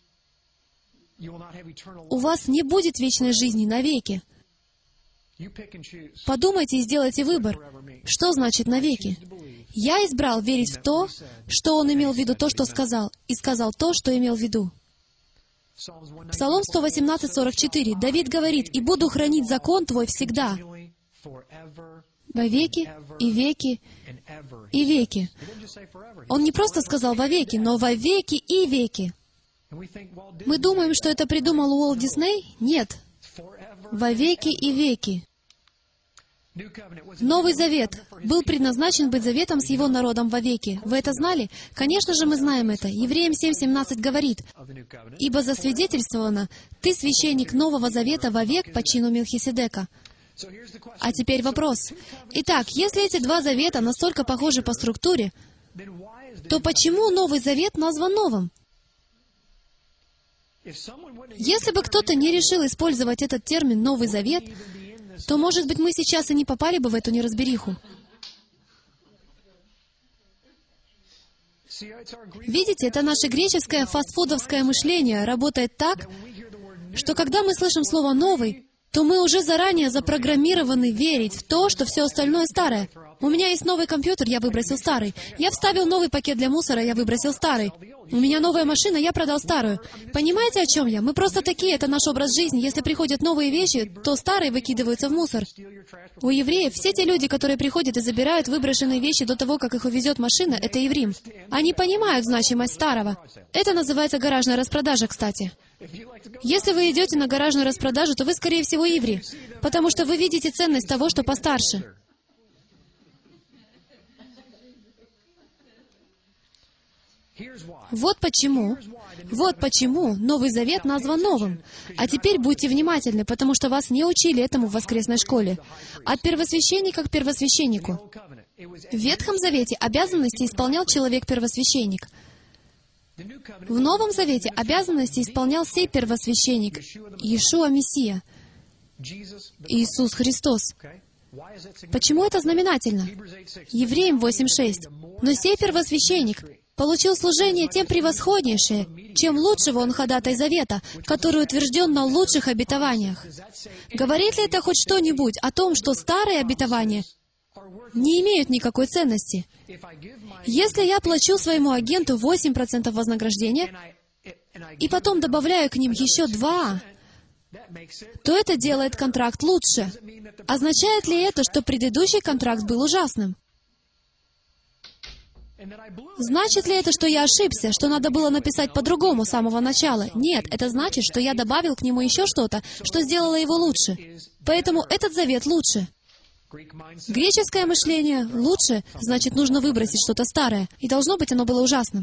У вас не будет вечной жизни навеки. Подумайте и сделайте выбор. Что значит навеки? Я избрал верить в то, что Он имел в виду то, что сказал, и сказал то, что имел в виду. Псалом сто восемнадцать, сорок четыре. Давид говорит: «И буду хранить закон Твой всегда, во веки и веки и веки». Он не просто сказал «во веки», но «во веки и веки». Мы думаем, что это придумал Уолт Дисней? Нет. «Во веки и веки». Новый Завет был предназначен быть заветом с Его народом вовеки. Вы это знали? Конечно же, мы знаем это. Евреям семь семнадцать говорит: «Ибо засвидетельствовано, ты священник Нового Завета вовек по чину Мелхиседека». А теперь вопрос. Итак, если эти два завета настолько похожи по структуре, то почему Новый Завет назван новым? Если бы кто-то не решил использовать этот термин «Новый Завет», то, может быть, мы сейчас и не попали бы в эту неразбериху. Видите, это наше греческое фастфудовское мышление работает так, что когда мы слышим слово «новый», то мы уже заранее запрограммированы верить в то, что все остальное старое. У меня есть новый компьютер, я выбросил старый. Я вставил новый пакет для мусора, я выбросил старый. У меня новая машина, я продал старую. Понимаете, о чем я? Мы просто такие, это наш образ жизни. Если приходят новые вещи, то старые выкидываются в мусор. У евреев все те люди, которые приходят и забирают выброшенные вещи до того, как их увезет машина, это еврим. Они понимают значимость старого. Это называется гаражная распродажа, кстати. Если вы идете на гаражную распродажу, то вы, скорее всего, еврей, потому что вы видите ценность того, что постарше. Вот почему, вот почему Новый Завет назван новым. А теперь будьте внимательны, потому что вас не учили этому в воскресной школе. От первосвященника к первосвященнику. В Ветхом Завете обязанности исполнял человек-первосвященник. В Новом Завете обязанности исполнял сей первосвященник, Иешуа Мессия, Иисус Христос. Почему это знаменательно? Евреям восемь шесть. «Но сей первосвященник получил служение тем превосходнейшее, чем лучшего он ходатай завета, который утвержден на лучших обетованиях». Говорит ли это хоть что-нибудь о том, что старые обетования не имеют никакой ценности? Если я плачу своему агенту восемь процентов вознаграждения, и потом добавляю к ним еще два, то это делает контракт лучше. Означает ли это, что предыдущий контракт был ужасным? Значит ли это, что я ошибся, что надо было написать по-другому с самого начала? Нет, это значит, что я добавил к нему еще что-то, что сделало его лучше. Поэтому этот завет лучше. Греческое мышление лучше, значит, нужно выбросить что-то старое, и должно быть оно было ужасным.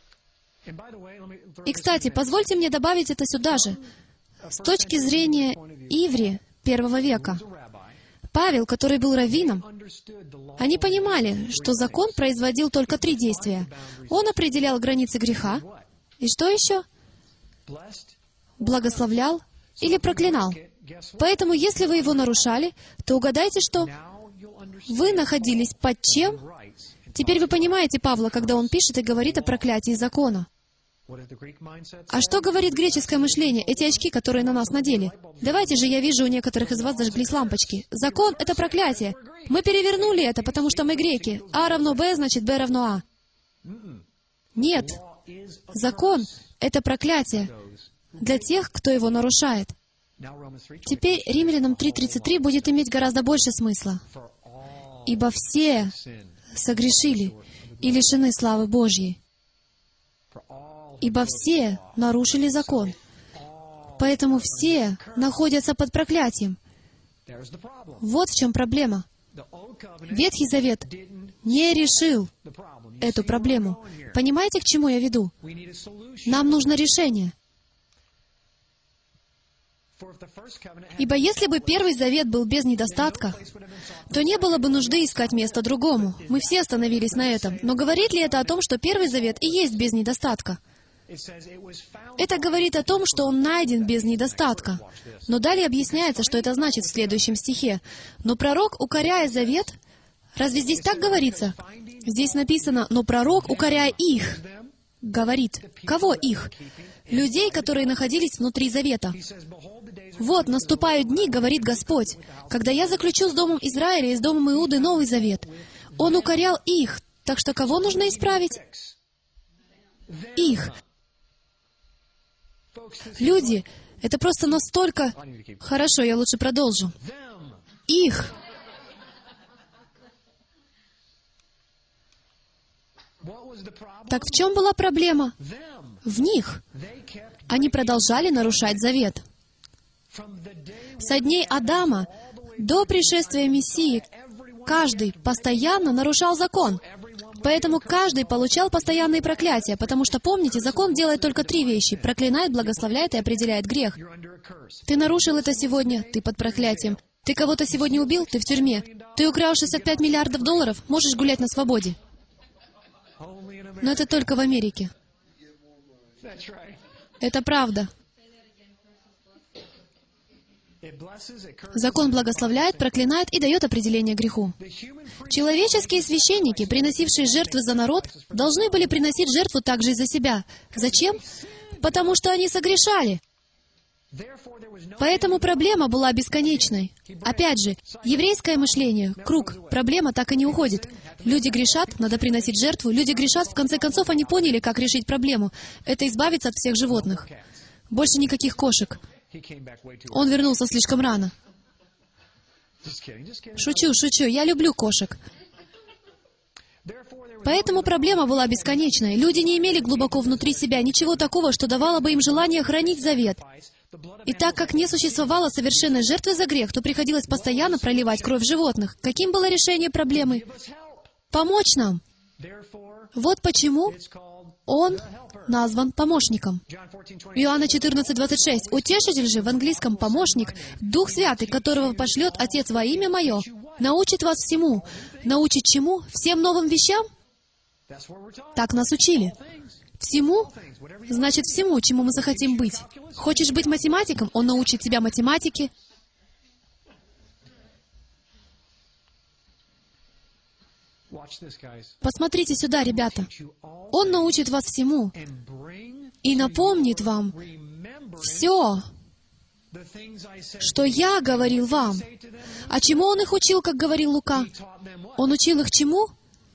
И, кстати, позвольте мне добавить это сюда же. С точки зрения Иври первого века, Павел, который был раввином, они понимали, что закон производил только три действия. Он определял границы греха, и что еще? Благословлял или проклинал. Поэтому, если вы его нарушали, то угадайте, что вы находились под чем? Теперь вы понимаете Павла, когда он пишет и говорит о проклятии закона. А что говорит греческое мышление, эти очки, которые на нас надели? Давайте же, я вижу, у некоторых из вас зажглись лампочки. Закон — это проклятие. Мы перевернули это, потому что мы греки. А равно Б, значит Б равно А. Нет. Закон — это проклятие для тех, кто его нарушает. Теперь Римлянам три тридцать три будет иметь гораздо больше смысла. «Ибо все согрешили и лишены славы Божьей». Ибо все нарушили закон. Поэтому все находятся под проклятием. Вот в чем проблема. Ветхий Завет не решил эту проблему. Понимаете, к чему я веду? Нам нужно решение. Ибо если бы Первый Завет был без недостатка, то не было бы нужды искать место другому. Мы все остановились на этом. Но говорит ли это о том, что Первый Завет и есть без недостатка? Это говорит о том, что он найден без недостатка. Но далее объясняется, что это значит в следующем стихе. «Но пророк, укоряя завет...» Разве здесь так говорится? Здесь написано «но пророк, укоряя их...» Говорит. Кого их? Людей, которые находились внутри завета. «Вот, наступают дни, — говорит Господь, — когда я заключу с домом Израиля и с домом Иуды новый завет. Он укорял их, так что кого нужно исправить? Их. Люди, это просто настолько... Хорошо, я лучше продолжу. Их. Так в чем была проблема? В них. Они продолжали нарушать завет. Со дней Адама до пришествия Мессии каждый постоянно нарушал закон. Поэтому каждый получал постоянные проклятия, потому что, помните, закон делает только три вещи: проклинает, благословляет и определяет грех. Ты нарушил это сегодня, ты под проклятием. Ты кого-то сегодня убил, ты в тюрьме. Ты украл шестьдесят пять миллиардов долларов, можешь гулять на свободе. Но это только в Америке. Это правда. Закон благословляет, проклинает и дает определение греху. Человеческие священники, приносившие жертвы за народ, должны были приносить жертву также и за себя. Зачем? Потому что они согрешали. Поэтому проблема была бесконечной. Опять же, еврейское мышление, круг, проблема так и не уходит. Люди грешат, надо приносить жертву. Люди грешат, в конце концов они поняли, как решить проблему. Это избавиться от всех животных. Больше никаких кошек. Он вернулся слишком рано. Шучу, шучу, я люблю кошек. Поэтому проблема была бесконечной. Люди не имели глубоко внутри себя ничего такого, что давало бы им желание хранить завет. И так как не существовало совершенной жертвы за грех, то приходилось постоянно проливать кровь животных. Каким было решение проблемы? Помочь нам. Вот почему Он назван помощником. Иоанна четырнадцать, двадцать шесть. «Утешитель же» в английском «помощник», Дух Святый, которого пошлет Отец во имя Мое, научит вас всему. Научит чему? Всем новым вещам? Так нас учили. Всему? Значит, всему, чему мы захотим быть. Хочешь быть математиком? Он научит тебя математике. Посмотрите сюда, ребята. Он научит вас всему и напомнит вам все, что я говорил вам. А чему Он их учил, как говорил Лука? Он учил их чему?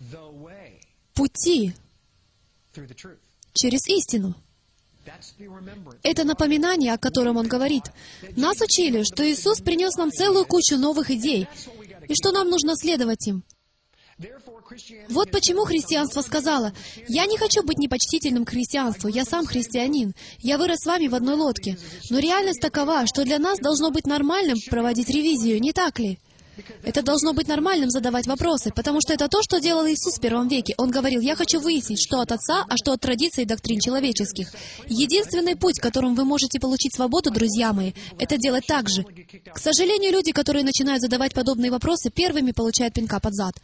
Пути через истину. Это напоминание, о котором Он говорит. Нас учили, что Иисус принес нам целую кучу новых идей, и что нам нужно следовать им. Вот почему христианство сказало: «Я не хочу быть непочтительным к христианству, я сам христианин, я вырос с вами в одной лодке». Но реальность такова, что для нас должно быть нормальным проводить ревизию, не так ли? Это должно быть нормальным задавать вопросы, потому что это то, что делал Иисус в первом веке. Он говорил: «Я хочу выяснить, что от Отца, а что от традиций и доктрин человеческих». Единственный путь, которым вы можете получить свободу, друзья мои, это делать так же. К сожалению, люди, которые начинают задавать подобные вопросы, первыми получают пинка под зад.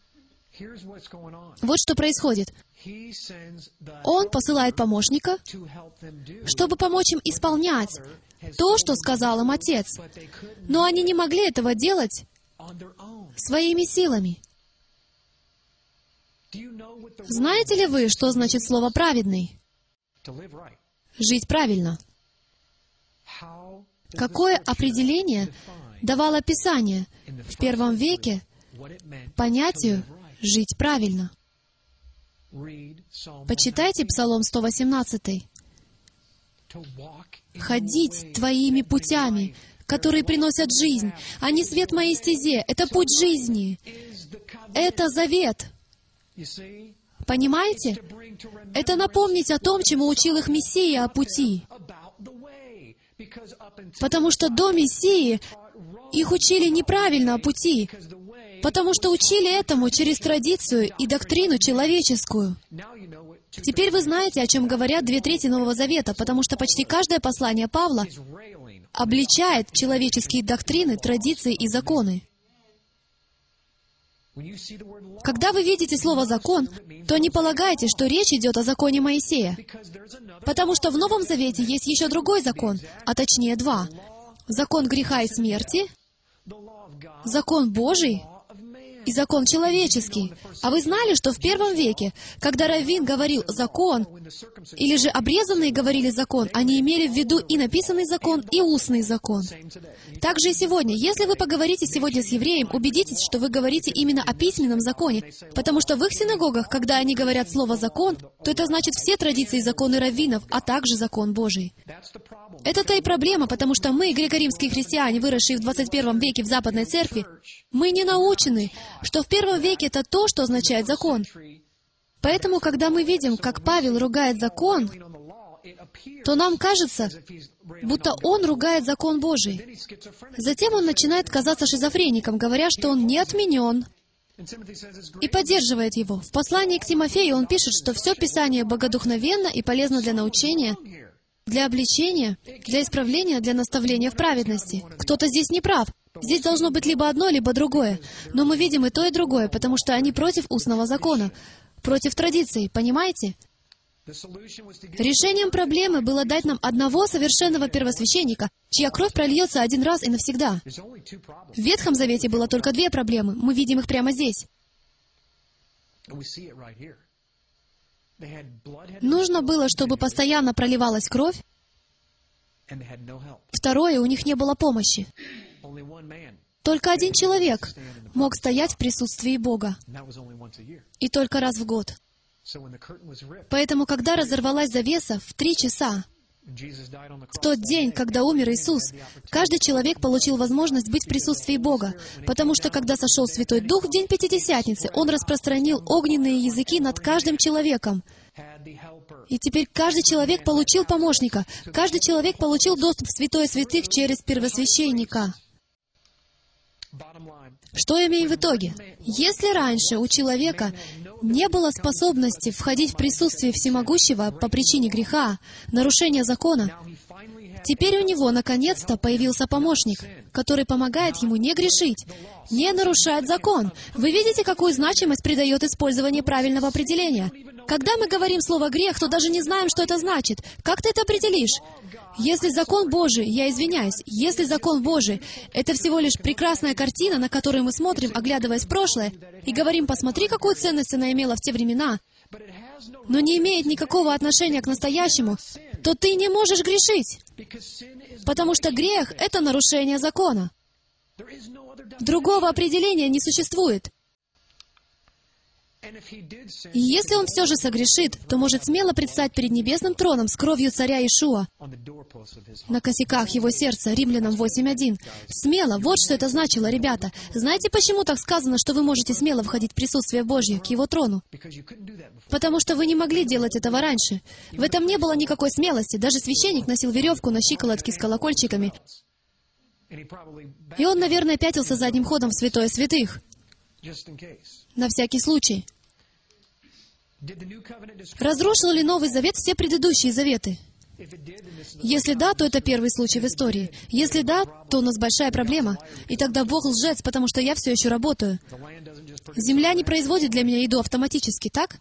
Вот что происходит. Он посылает помощника, чтобы помочь им исполнять то, что сказал им Отец. Но они не могли этого делать своими силами. Знаете ли вы, что значит слово «праведный»? Жить правильно. Какое определение давало Писание в первом веке понятию «жить правильно»? Почитайте Псалом сто восемнадцатый. «Ходить твоими путями, которые приносят жизнь, а не свет моей стезе. Это путь жизни. Это завет». Понимаете? Это напомнить о том, чему учил их Мессия о пути. Потому что до Мессии их учили неправильно о пути. потому что учили этому через традицию и доктрину человеческую. Теперь вы знаете, о чем говорят две трети Нового Завета, потому что почти каждое послание Павла обличает человеческие доктрины, традиции и законы. Когда вы видите слово «закон», то не полагайте, что речь идет о законе Моисея, потому что в Новом Завете есть еще другой закон, а точнее два. Закон греха и смерти, закон Божий и закон человеческий. А вы знали, что в первом веке, когда раввин говорил «закон», или же обрезанные говорили «закон», они имели в виду и написанный закон, и устный закон. Также и сегодня, если вы поговорите сегодня с евреем, убедитесь, что вы говорите именно о письменном законе, потому что в их синагогах, когда они говорят слово «закон», то это значит все традиции и законы раввинов, а также закон Божий. Это-то и проблема, потому что мы, греко-римские христиане, выросшие в двадцать первом веке в Западной Церкви, мы не научены, что в первом веке это то, что означает закон. Поэтому, когда мы видим, как Павел ругает закон, то нам кажется, будто он ругает закон Божий. Затем он начинает казаться шизофреником, говоря, что он не отменен, и поддерживает его. В послании к Тимофею он пишет, что все Писание богодухновенно и полезно для научения, для обличения, для исправления, для наставления в праведности. Кто-то здесь не прав. Здесь должно быть либо одно, либо другое. Но мы видим и то, и другое, потому что они против устного закона, против традиций, понимаете? Решением проблемы было дать нам одного совершенного первосвященника, чья кровь прольется один раз и навсегда. В Ветхом Завете было только две проблемы. Мы видим их прямо здесь. Нужно было, чтобы постоянно проливалась кровь. Второе, у них не было помощи. Только один человек мог стоять в присутствии Бога. И только раз в год. Поэтому, когда разорвалась завеса в три часа, в тот день, когда умер Иисус, каждый человек получил возможность быть в присутствии Бога, потому что, когда сошел Святой Дух в день Пятидесятницы, Он распространил огненные языки над каждым человеком. И теперь каждый человек получил помощника, каждый человек получил доступ в Святое Святых через первосвященника. Что имеем в итоге? Если раньше у человека не было способности входить в присутствие Всемогущего по причине греха, нарушения закона, теперь у него наконец-то появился помощник, который помогает ему не грешить, не нарушать закон. Вы видите, какую значимость придает использование правильного определения? Когда мы говорим слово «грех», то даже не знаем, что это значит. Как ты это определишь? Если закон Божий, я извиняюсь, если закон Божий — это всего лишь прекрасная картина, на которую мы смотрим, оглядываясь в прошлое, и говорим, посмотри, какую ценность она имела в те времена, но не имеет никакого отношения к настоящему, то ты не можешь грешить, потому что грех — это нарушение закона. Другого определения не существует. И если он все же согрешит, то может смело предстать перед небесным троном с кровью царя Иешуа на косяках его сердца, Римлянам восемь один. Смело, вот что это значило, ребята. Знаете, почему так сказано, что вы можете смело входить в присутствие Божье, к Его трону? Потому что вы не могли делать этого раньше. В этом не было никакой смелости. Даже священник носил веревку на щиколотке с колокольчиками. И он, наверное, пятился задним ходом в Святое Святых. На всякий случай. Разрушил ли Новый Завет все предыдущие заветы? Если да, то это первый случай в истории. Если да, то у нас большая проблема. И тогда Бог лжец, потому что я все еще работаю. Земля не производит для меня еду автоматически, так?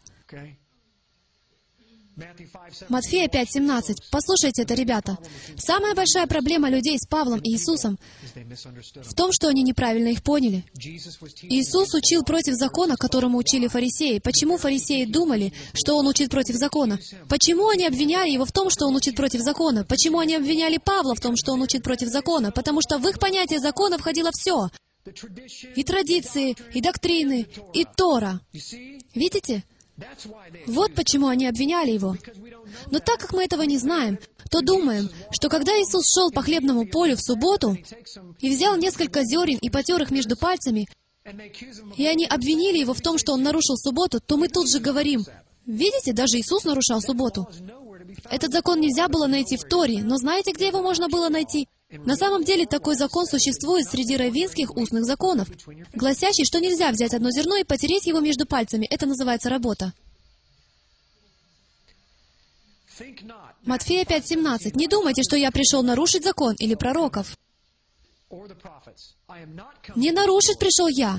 Матфея пять семнадцать. Послушайте это, ребята. Самая большая проблема людей с Павлом и Иисусом в том, что они неправильно их поняли. Иисус учил против закона, которому учили фарисеи. Почему фарисеи думали, что Он учит против закона? Почему они обвиняли Его в том, что Он учит против закона? Почему они обвиняли Павла в том, что Он учит против закона? Потому что в их понятие закона входило все. И традиции, и доктрины, и Тора. Видите? Вот почему они обвиняли Его. Но так как мы этого не знаем, то думаем, что когда Иисус шел по хлебному полю в субботу и взял несколько зерен и потер их между пальцами, и они обвинили Его в том, что Он нарушил субботу, то мы тут же говорим, видите, даже Иисус нарушал субботу. Этот закон нельзя было найти в Торе, но знаете, где его можно было найти? На самом деле такой закон существует среди раввинских устных законов, гласящий, что нельзя взять одно зерно и потереть его между пальцами. Это называется работа. Матфея пять семнадцать. «Не думайте, что я пришел нарушить закон или пророков. Не нарушить пришел я,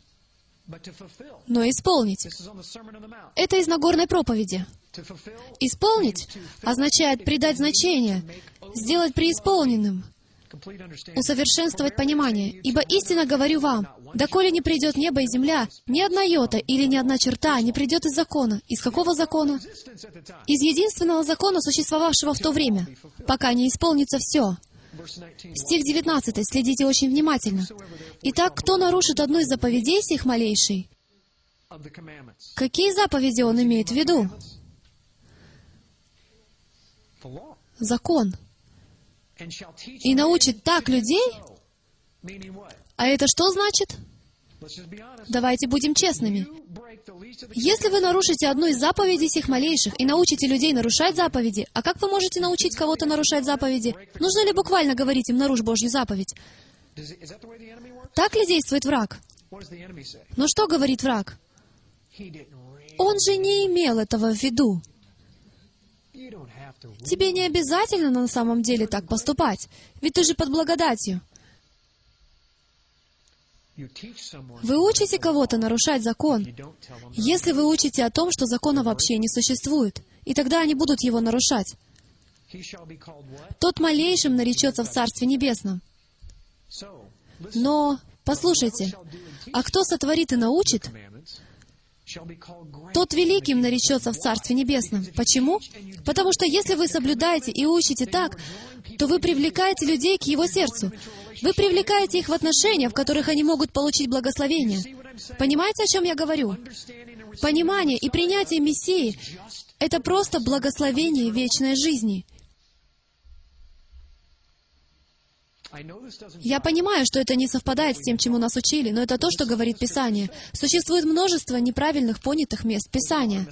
но исполнить». Это из Нагорной проповеди. Исполнить означает придать значение, сделать преисполненным, усовершенствовать понимание. «Ибо истинно говорю вам, доколе не придет небо и земля, ни одна йота или ни одна черта не придет из закона». Из какого закона? Из единственного закона, существовавшего в то время, пока не исполнится все. Стих девятнадцатый. Следите очень внимательно. «Итак, кто нарушит одну из заповедей сих малейшей?» Какие заповеди он имеет в виду? Закон. «И научит так людей». А это что значит? Давайте будем честными. Если вы нарушите одну из заповедей сих малейших и научите людей нарушать заповеди, а как вы можете научить кого-то нарушать заповеди? Нужно ли буквально говорить им «нарушь Божью заповедь»? Так ли действует враг? Но что говорит враг? Он же не имел этого в виду. Тебе не обязательно на самом деле так поступать, ведь ты же под благодатью. Вы учите кого-то нарушать закон, если вы учите о том, что закона вообще не существует, и тогда они будут его нарушать. Тот малейшим наречется в Царстве Небесном. Но, послушайте, а кто сотворит и научит, тот великим наречется в Царстве Небесном. Почему? Потому что если вы соблюдаете и учите так, то вы привлекаете людей к Его сердцу. Вы привлекаете их в отношения, в которых они могут получить благословение. Понимаете, о чем я говорю? Понимание и принятие Мессии — это просто благословение вечной жизни. Я понимаю, что это не совпадает с тем, чему нас учили, но это то, что говорит Писание. Существует множество неправильных понятых мест Писания.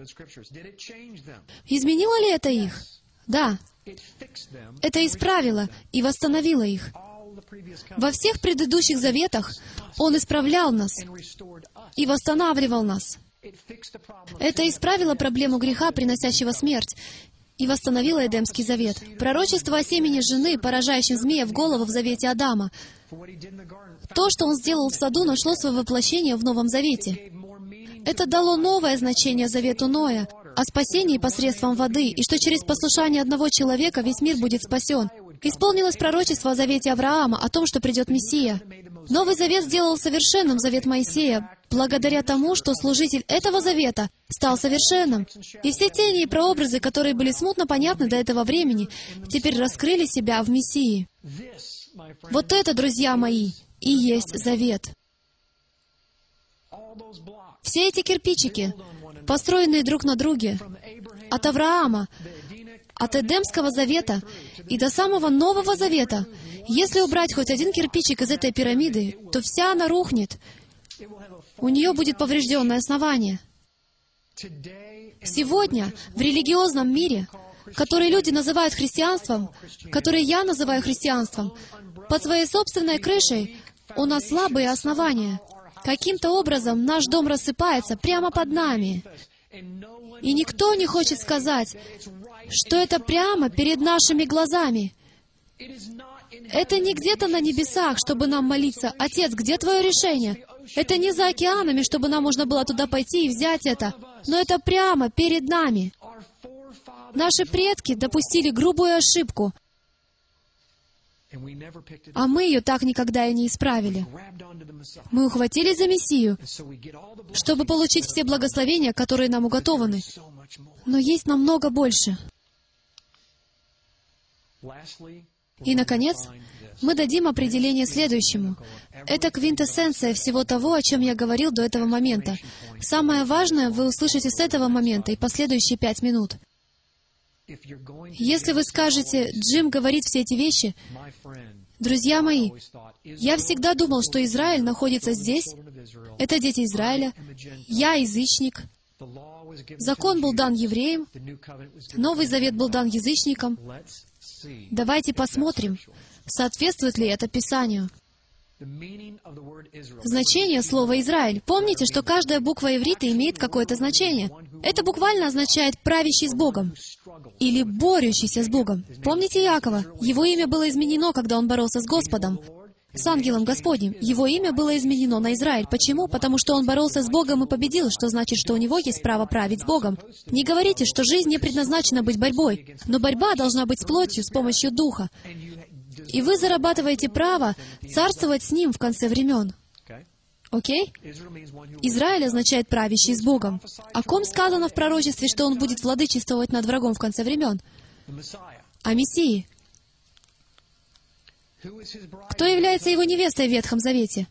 Изменило ли это их? Да. Это исправило и восстановило их. Во всех предыдущих заветах Он исправлял нас и восстанавливал нас. Это исправило проблему греха, приносящего смерть, и восстановила Эдемский завет. Пророчество о семени жены, поражающем змея в голову в завете Адама. То, что он сделал в саду, нашло свое воплощение в Новом Завете. Это дало новое значение завету Ноя о спасении посредством воды, и что через послушание одного человека весь мир будет спасен. Исполнилось пророчество о завете Авраама, о том, что придет Мессия. Новый Завет сделал совершенным завет Моисея, благодаря тому, что служитель этого завета стал совершенным. И все тени и прообразы, которые были смутно понятны до этого времени, теперь раскрыли себя в Мессии. Вот это, друзья мои, и есть завет. Все эти кирпичики, построенные друг на друге, от Авраама, от Эдемского завета и до самого Нового Завета, если убрать хоть один кирпичик из этой пирамиды, то вся она рухнет. У нее будет поврежденное основание. Сегодня в религиозном мире, который люди называют христианством, который я называю христианством, под своей собственной крышей у нас слабые основания. Каким-то образом наш дом рассыпается прямо под нами. И никто не хочет сказать, что это прямо перед нашими глазами. Это не где-то на небесах, чтобы нам молиться: «Отец, где Твое решение?» Это не за океанами, чтобы нам можно было туда пойти и взять это. Но это прямо перед нами. Наши предки допустили грубую ошибку, а мы ее так никогда и не исправили. Мы ухватились за Мессию, чтобы получить все благословения, которые нам уготованы. Но есть намного больше. И, наконец, мы дадим определение следующему. Это квинтэссенция всего того, о чем я говорил до этого момента. Самое важное вы услышите с этого момента и последующие пять минут. Если вы скажете: «Джим говорит все эти вещи», друзья мои, я всегда думал, что Израиль находится здесь. Это дети Израиля. Я язычник. Закон был дан евреям. Новый Завет был дан язычникам. Давайте посмотрим, Соответствует ли это Писанию? Значение слова «Израиль». Помните, что каждая буква иврита имеет какое-то значение. Это буквально означает «правящий с Богом» или «борющийся с Богом». Помните Иакова? Его имя было изменено, когда он боролся с Господом, с ангелом Господним. Его имя было изменено на Израиль. Почему? Потому что он боролся с Богом и победил, что значит, что у него есть право править с Богом. Не говорите, что жизнь не предназначена быть борьбой, но борьба должна быть с плотью, с помощью Духа. И вы зарабатываете право царствовать с Ним в конце времен. Окей? Израиль означает «правящий с Богом». О ком сказано в пророчестве, что он будет владычествовать над врагом в конце времен? О Мессии. Кто является его невестой в Ветхом Завете?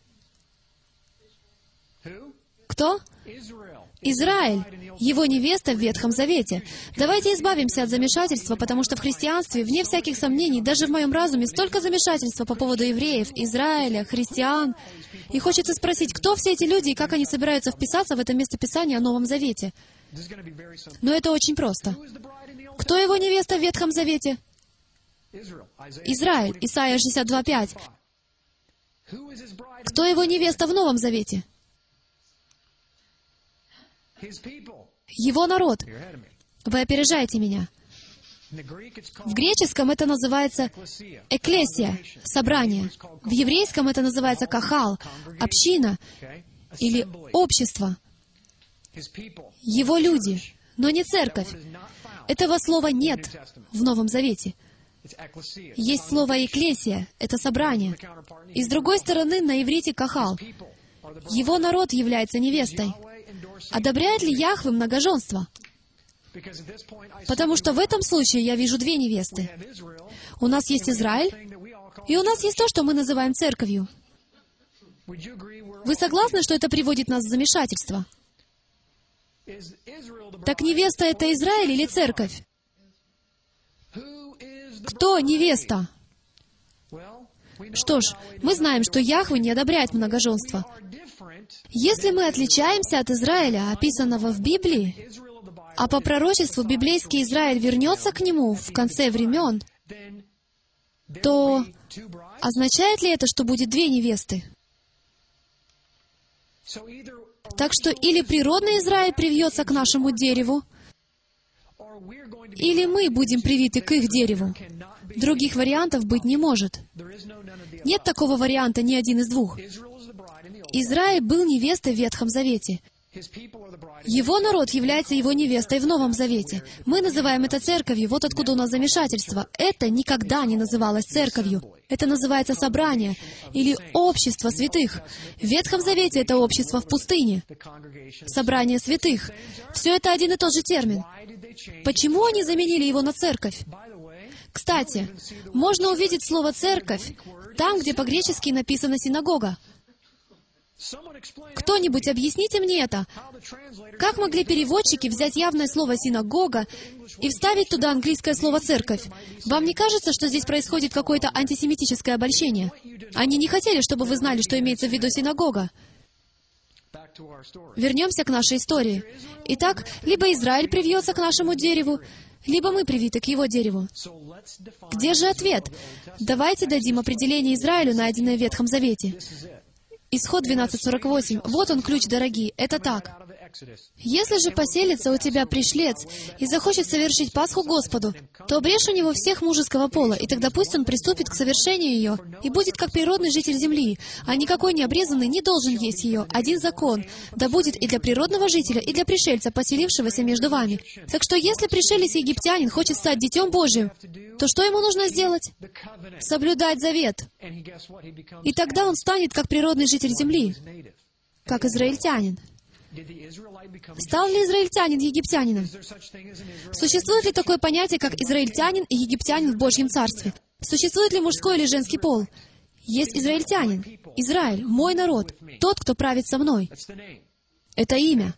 Кто? Израиль, его невеста в Ветхом Завете. Давайте избавимся от замешательства, потому что в христианстве, вне всяких сомнений, даже в моем разуме, столько замешательства по поводу евреев, Израиля, христиан. И хочется спросить, кто все эти люди и как они собираются вписаться в это место Писания о Новом Завете. Но это очень просто. Кто его невеста в Ветхом Завете? Израиль, Исайя шестьдесят два пять. Кто его невеста в Новом Завете? Его народ. Вы опережаете меня. В греческом это называется экклесия, собрание. В еврейском это называется кахал, община или общество. Его люди, но не церковь. Этого слова нет в Новом Завете. Есть слово «экклесия» — это собрание. И с другой стороны, на иврите «кахал». Его народ является невестой. Одобряет ли Яхве многоженство? Потому что в этом случае я вижу две невесты. У нас есть Израиль, и у нас есть то, что мы называем церковью. Вы согласны, что это приводит нас в замешательство? Так невеста — это Израиль или церковь? Кто невеста? Что ж, мы знаем, что Яхве не одобряет многоженство. Если мы отличаемся от Израиля, описанного в Библии, а по пророчеству библейский Израиль вернется к нему в конце времен, то означает ли это, что будет две невесты? Так что или природный Израиль привьется к нашему дереву, или мы будем привиты к их дереву. Других вариантов быть не может. Нет такого варианта, ни один из двух. Израиль был невестой в Ветхом Завете. Его народ является его невестой в Новом Завете. Мы называем это церковью, вот откуда у нас замешательство. Это никогда не называлось церковью. Это называется собрание или общество святых. В Ветхом Завете это общество в пустыне. Собрание святых. Все это один и тот же термин. Почему они заменили его на церковь? Кстати, можно увидеть слово «церковь» там, где по-гречески написано «синагога». Кто-нибудь объясните мне это? Как могли переводчики взять явное слово «синагога» и вставить туда английское слово «церковь»? Вам не кажется, что здесь происходит какое-то антисемитическое обольщение? Они не хотели, чтобы вы знали, что имеется в виду синагога. Вернемся к нашей истории. Итак, либо Израиль привьется к нашему дереву, либо мы привиты к его дереву. Где же ответ? Давайте дадим определение Израилю, найденное в Ветхом Завете. Исход двенадцать сорок восемь. Вот он, ключ, дорогие. Это так. «Если же поселится у тебя пришлец и захочет совершить Пасху Господу, то обрежь у него всех мужеского пола, и тогда пусть он приступит к совершению ее, и будет как природный житель земли, а никакой необрезанный не должен есть ее. Один закон, да будет и для природного жителя, и для пришельца, поселившегося между вами. Так что если пришелец-египтянин хочет стать Детем Божьим, то что ему нужно сделать? Соблюдать завет. И тогда он станет как природный житель земли, как израильтянин. Стал ли израильтянин египтянином? Существует ли такое понятие, как израильтянин и египтянин в Божьем Царстве? Существует ли мужской или женский пол? Есть израильтянин. Израиль, мой народ, тот, кто правит со мной. Это имя.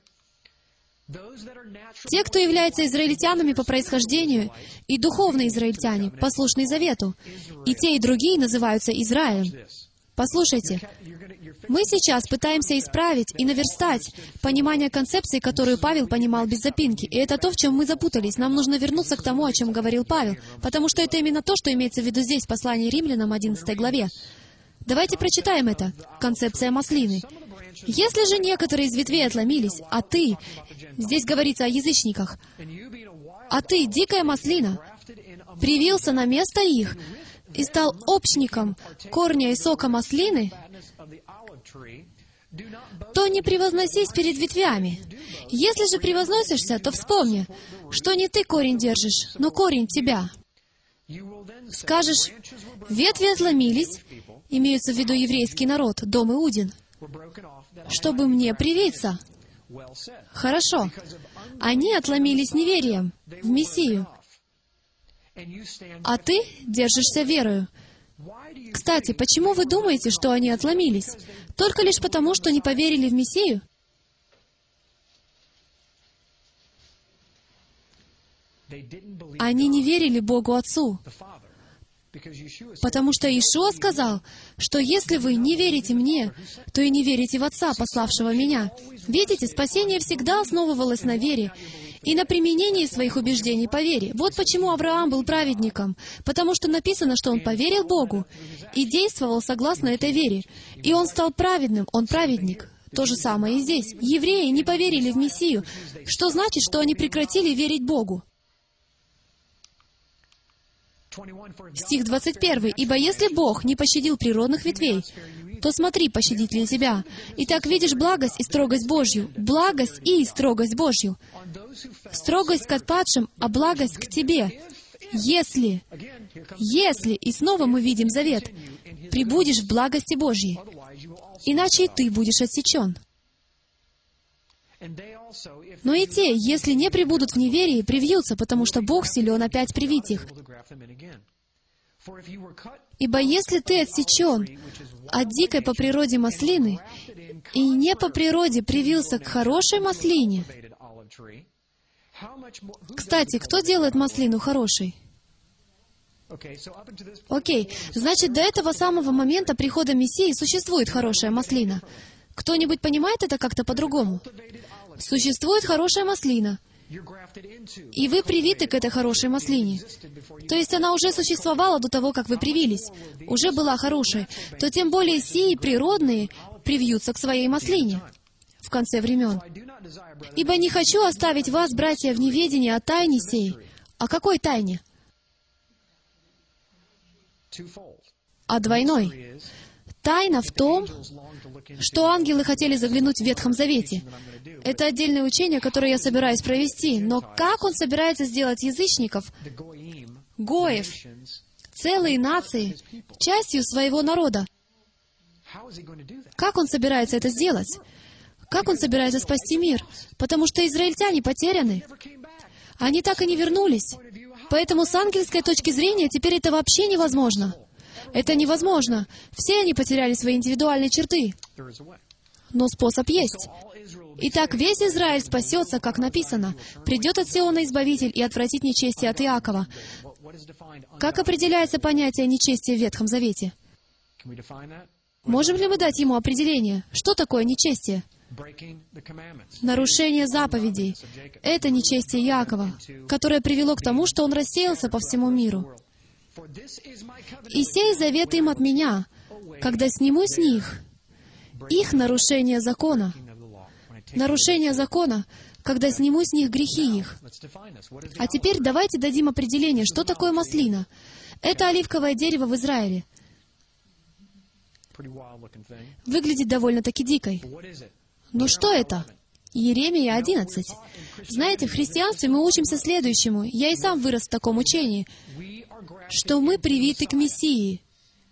Те, кто являются израильтянами по происхождению, и духовные израильтяне, послушные завету. И те, и другие называются Израилем. Послушайте, мы сейчас пытаемся исправить и наверстать понимание концепции, которую Павел понимал без запинки. И это то, в чем мы запутались. Нам нужно вернуться к тому, о чем говорил Павел, потому что это именно то, что имеется в виду здесь, в послании Римлянам, одиннадцатой главе. Давайте прочитаем это. Концепция маслины. «Если же некоторые из ветвей отломились, а ты...» Здесь говорится о язычниках. «А ты, дикая маслина, привился на место их и стал общником корня и сока маслины, то не превозносись перед ветвями. Если же превозносишься, то вспомни, что не ты корень держишь, но корень тебя. Скажешь, ветви отломились, имеются в виду еврейский народ, дом Иудин, чтобы мне привиться. Хорошо. Они отломились неверием в Мессию, а ты держишься верою. Кстати, почему вы думаете, что они отломились? Только лишь потому, что не поверили в Мессию? Они не верили Богу Отцу, потому что Иешуа сказал, что если вы не верите мне, то и не верите в Отца, пославшего меня. Видите, спасение всегда основывалось на вере и на применении своих убеждений по вере. Вот почему Авраам был праведником, потому что написано, что он поверил Богу и действовал согласно этой вере. И он стал праведным, он праведник. То же самое и здесь. Евреи не поверили в Мессию, что значит, что они прекратили верить Богу. Стих двадцать первый. «Ибо если Бог не пощадил природных ветвей, то смотри, пощадит ли тебя. Итак, видишь благость и строгость Божью, благость и строгость Божью. Строгость к отпадшим, а благость к тебе. Если, если, и снова мы видим завет, пребудешь в благости Божьей, иначе и ты будешь отсечен. Но и те, если не пребудут в неверии, привьются, потому что Бог силен опять привить их. Ибо если ты отсечен от дикой по природе маслины и не по природе привился к хорошей маслине...» Кстати, кто делает маслину хорошей? Окей, значит, до этого самого момента прихода Мессии существует хорошая маслина. Кто-нибудь понимает это как-то по-другому? Существует хорошая маслина, и вы привиты к этой хорошей маслине. То есть она уже существовала до того, как вы привились, уже была хорошей, то тем более сии природные привьются к своей маслине в конце времен. «Ибо не хочу оставить вас, братья, в неведении о тайне сей». О какой тайне? О двойной. Тайна в том, что ангелы хотели заглянуть в Ветхом Завете. Это отдельное учение, которое я собираюсь провести. Но как он собирается сделать язычников, гоев, целые нации, частью своего народа? Как он собирается это сделать? Как он собирается спасти мир? Потому что израильтяне потеряны. Они так и не вернулись. Поэтому с ангельской точки зрения теперь это вообще невозможно. Это невозможно. Все они потеряли свои индивидуальные черты. Но способ есть. Итак, весь Израиль спасется, как написано. Придет от Сиона Избавитель и отвратит нечестие от Иакова. Как определяется понятие нечестия в Ветхом Завете? Можем ли мы дать ему определение? Что такое нечестие? Нарушение заповедей. Это нечестие Иакова, которое привело к тому, что он рассеялся по всему миру. «И сей завет им от меня, когда сниму с них их нарушение закона». Нарушение закона, когда сниму с них грехи их. А теперь давайте дадим определение, что такое маслина. Это оливковое дерево в Израиле. Выглядит довольно-таки дикой. Но что это? Иеремия одиннадцать. Знаете, в христианстве мы учимся следующему. Я и сам вырос в таком учении, что мы привиты к Мессии.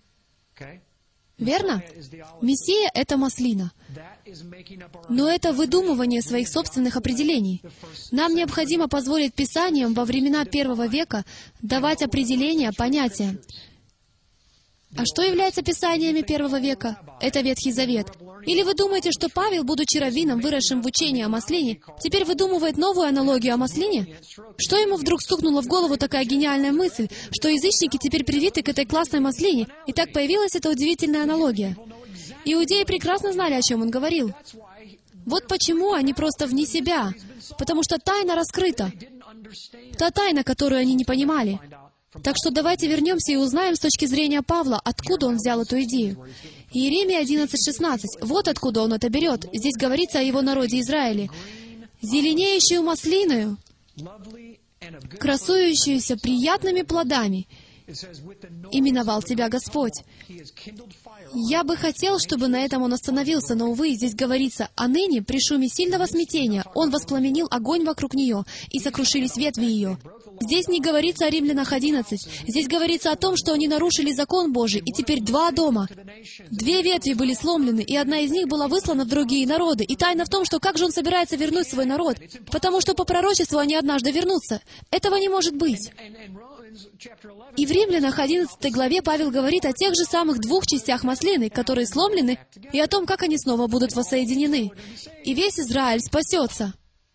Верно? Мессия — это маслина. Но это выдумывание своих собственных определений. Нам необходимо позволить Писаниям во времена первого века давать определения, понятия. А что является писаниями первого века? Это Ветхий Завет. Или вы думаете, что Павел, будучи раввином, выросшим в учении о маслине, теперь выдумывает новую аналогию о маслине? Что ему вдруг стукнула в голову такая гениальная мысль, что язычники теперь привиты к этой классной маслине, и так появилась эта удивительная аналогия? Иудеи прекрасно знали, о чем он говорил. Вот почему они просто вне себя, потому что тайна раскрыта. Та тайна, которую они не понимали. Так что давайте вернемся и узнаем с точки зрения Павла, откуда он взял эту идею. Иеремия одиннадцать шестнадцать. Вот откуда он это берет. Здесь говорится о его народе Израиле. «Зеленеющую маслиною, красующуюся приятными плодами, именовал тебя Господь». Я бы хотел, чтобы на этом он остановился, но, увы, здесь говорится: «А ныне, при шуме сильного смятения, он воспламенил огонь вокруг нее, и сокрушились ветви ее». Здесь не говорится о Римлянах одиннадцать. Здесь говорится о том, что они нарушили закон Божий, и теперь два дома. Две ветви были сломлены, и одна из них была выслана в другие народы. И тайна в том, что как же он собирается вернуть свой народ? Потому что по пророчеству они однажды вернутся. Этого не может быть. И в Римлянах одиннадцатой главе Павел говорит о тех же самых двух частях маслины, которые сломлены, и о том, как они снова будут воссоединены. И весь Израиль спасется.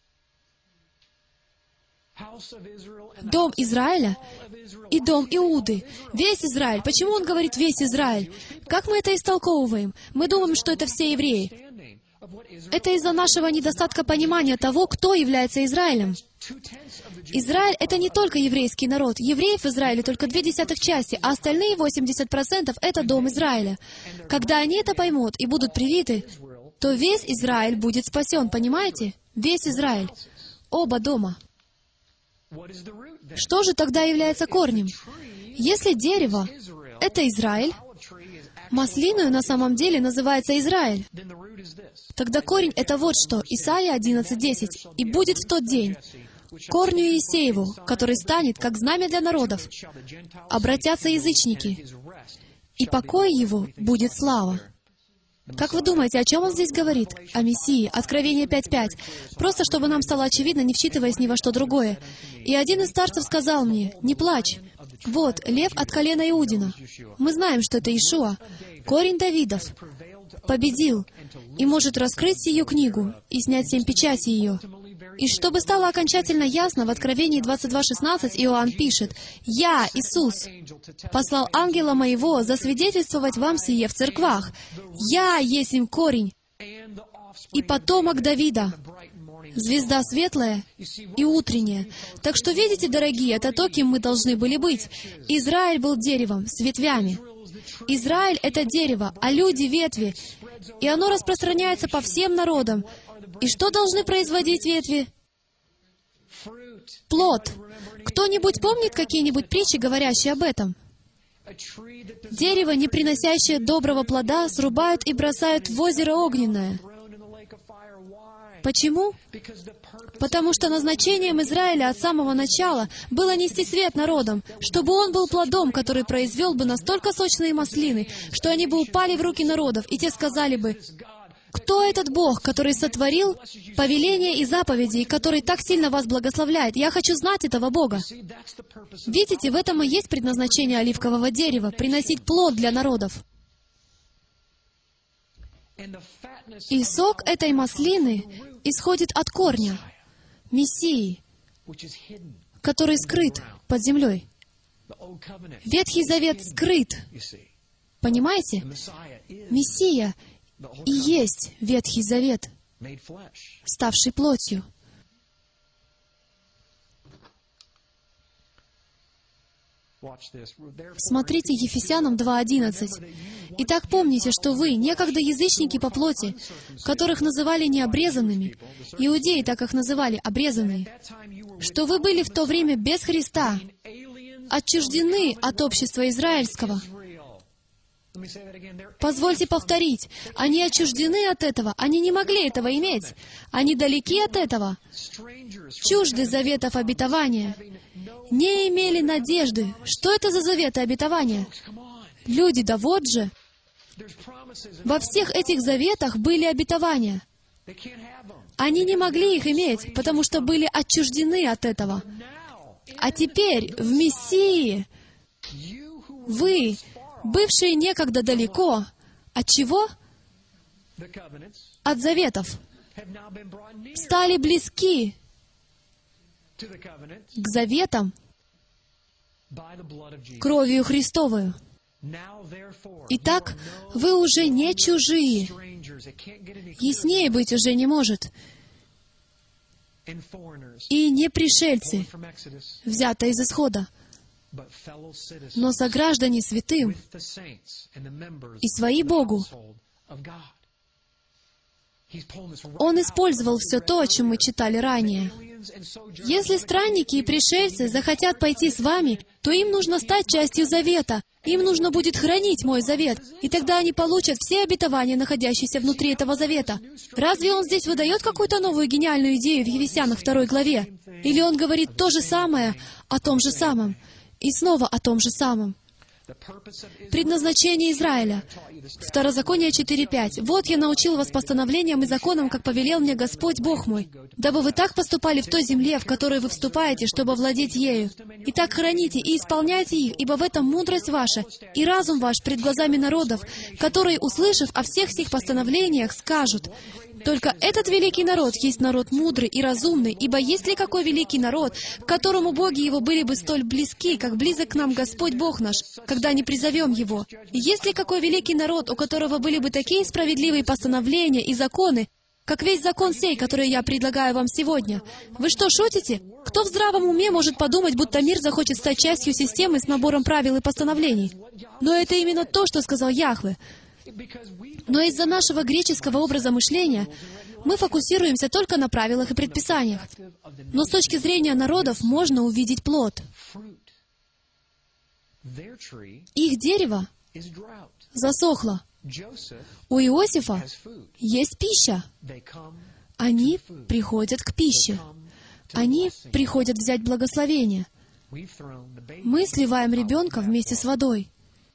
Дом Израиля и дом Иуды. Весь Израиль. Почему он говорит «весь Израиль»? Как мы это истолковываем? Мы думаем, что это все евреи. Это из-за нашего недостатка понимания того, кто является Израилем. Израиль — это не только еврейский народ. Евреев в Израиле только две десятых части, а остальные восемьдесят процентов — это дом Израиля. Когда они это поймут и будут привиты, то весь Израиль будет спасен, понимаете? Весь Израиль. Оба дома. Что же тогда является корнем? Если дерево — это Израиль, маслиною на самом деле называется Израиль, тогда корень — это вот что, Исайя одиннадцать десять. «И будет в тот день корню Иисееву, который станет, как знамя для народов, обратятся язычники, и покой его будет слава». Как вы думаете, о чем он здесь говорит? О Мессии. Откровение пять пять. Просто чтобы нам стало очевидно, не вчитываясь ни во что другое. «И один из старцев сказал мне: не плачь. Вот, лев от колена Иудина». Мы знаем, что это Иешуа, корень Давидов, победил и может раскрыть сию книгу и снять семь печатей ее. И чтобы стало окончательно ясно, в Откровении двадцать два шестнадцать Иоанн пишет: «Я, Иисус, послал ангела моего засвидетельствовать вам сие в церквах. Я есть им корень и потомок Давида, звезда светлая и утренняя». Так что, видите, дорогие, это то, кем мы должны были быть. Израиль был деревом с ветвями. Израиль — это дерево, а люди — ветви. И оно распространяется по всем народам. И что должны производить ветви? Плод. Кто-нибудь помнит какие-нибудь притчи, говорящие об этом? Дерево, не приносящее доброго плода, срубают и бросают в озеро огненное. Почему? Потому что назначением Израиля от самого начала было нести свет народам, чтобы он был плодом, который произвел бы настолько сочные маслины, что они бы упали в руки народов, и те сказали бы: «Кто этот Бог, который сотворил повеления и заповеди, и который так сильно вас благословляет? Я хочу знать этого Бога». Видите, в этом и есть предназначение оливкового дерева — приносить плод для народов. И сок этой маслины исходит от корня, Мессии, который скрыт под землей. Ветхий Завет скрыт. Понимаете? Мессия и есть Ветхий Завет, ставший плотью. Смотрите Ефесянам два одиннадцать. «Итак, помните, что вы, некогда язычники по плоти, которых называли необрезанными, иудеи так их называли, обрезанные, что вы были в то время без Христа, отчуждены от общества израильского». Позвольте повторить. Они отчуждены от этого. Они не могли этого иметь. Они далеки от этого. Чужды заветов обетования. Не имели надежды. Что это за заветы обетования? Люди, да вот же. Во всех этих заветах были обетования. Они не могли их иметь, потому что были отчуждены от этого. А теперь в Мессии вы, бывшие некогда далеко. От чего? От заветов. Стали близки к заветам кровью Христовою. Итак, вы уже не чужие. Яснее быть уже не может. И не пришельцы, взятые из Исхода, но сограждане святым и свои Богу. Он использовал все то, о чем мы читали ранее. Если странники и пришельцы захотят пойти с вами, то им нужно стать частью завета. Им нужно будет хранить мой завет, и тогда они получат все обетования, находящиеся внутри этого завета. Разве он здесь выдает какую-то новую гениальную идею в Ефесянах второй главе? Или он говорит то же самое о том же самом, и снова о том же самом? Предназначение Израиля. Второзаконие четыре пять. «Вот я научил вас постановлениям и законам, как повелел мне Господь Бог мой, дабы вы так поступали в той земле, в которую вы вступаете, чтобы владеть ею. Итак, храните и исполняйте их, ибо в этом мудрость ваша и разум ваш пред глазами народов, которые, услышав о всех сих постановлениях, скажут: только этот великий народ есть народ мудрый и разумный, ибо есть ли какой великий народ, к которому боги его были бы столь близки, как близок к нам Господь Бог наш, когда не призовем его? И есть ли какой великий народ, у которого были бы такие справедливые постановления и законы, как весь закон сей, который я предлагаю вам сегодня? Вы что, шутите? Кто в здравом уме может подумать, будто мир захочет стать частью системы с набором правил и постановлений? Но это именно то, что сказал Яхве. Но из-за нашего греческого образа мышления мы фокусируемся только на правилах и предписаниях. Но с точки зрения народов можно увидеть плод. Их дерево засохло. У Иосифа есть пища. Они приходят к пище. Они приходят взять благословение. Мы сливаем ребенка вместе с водой.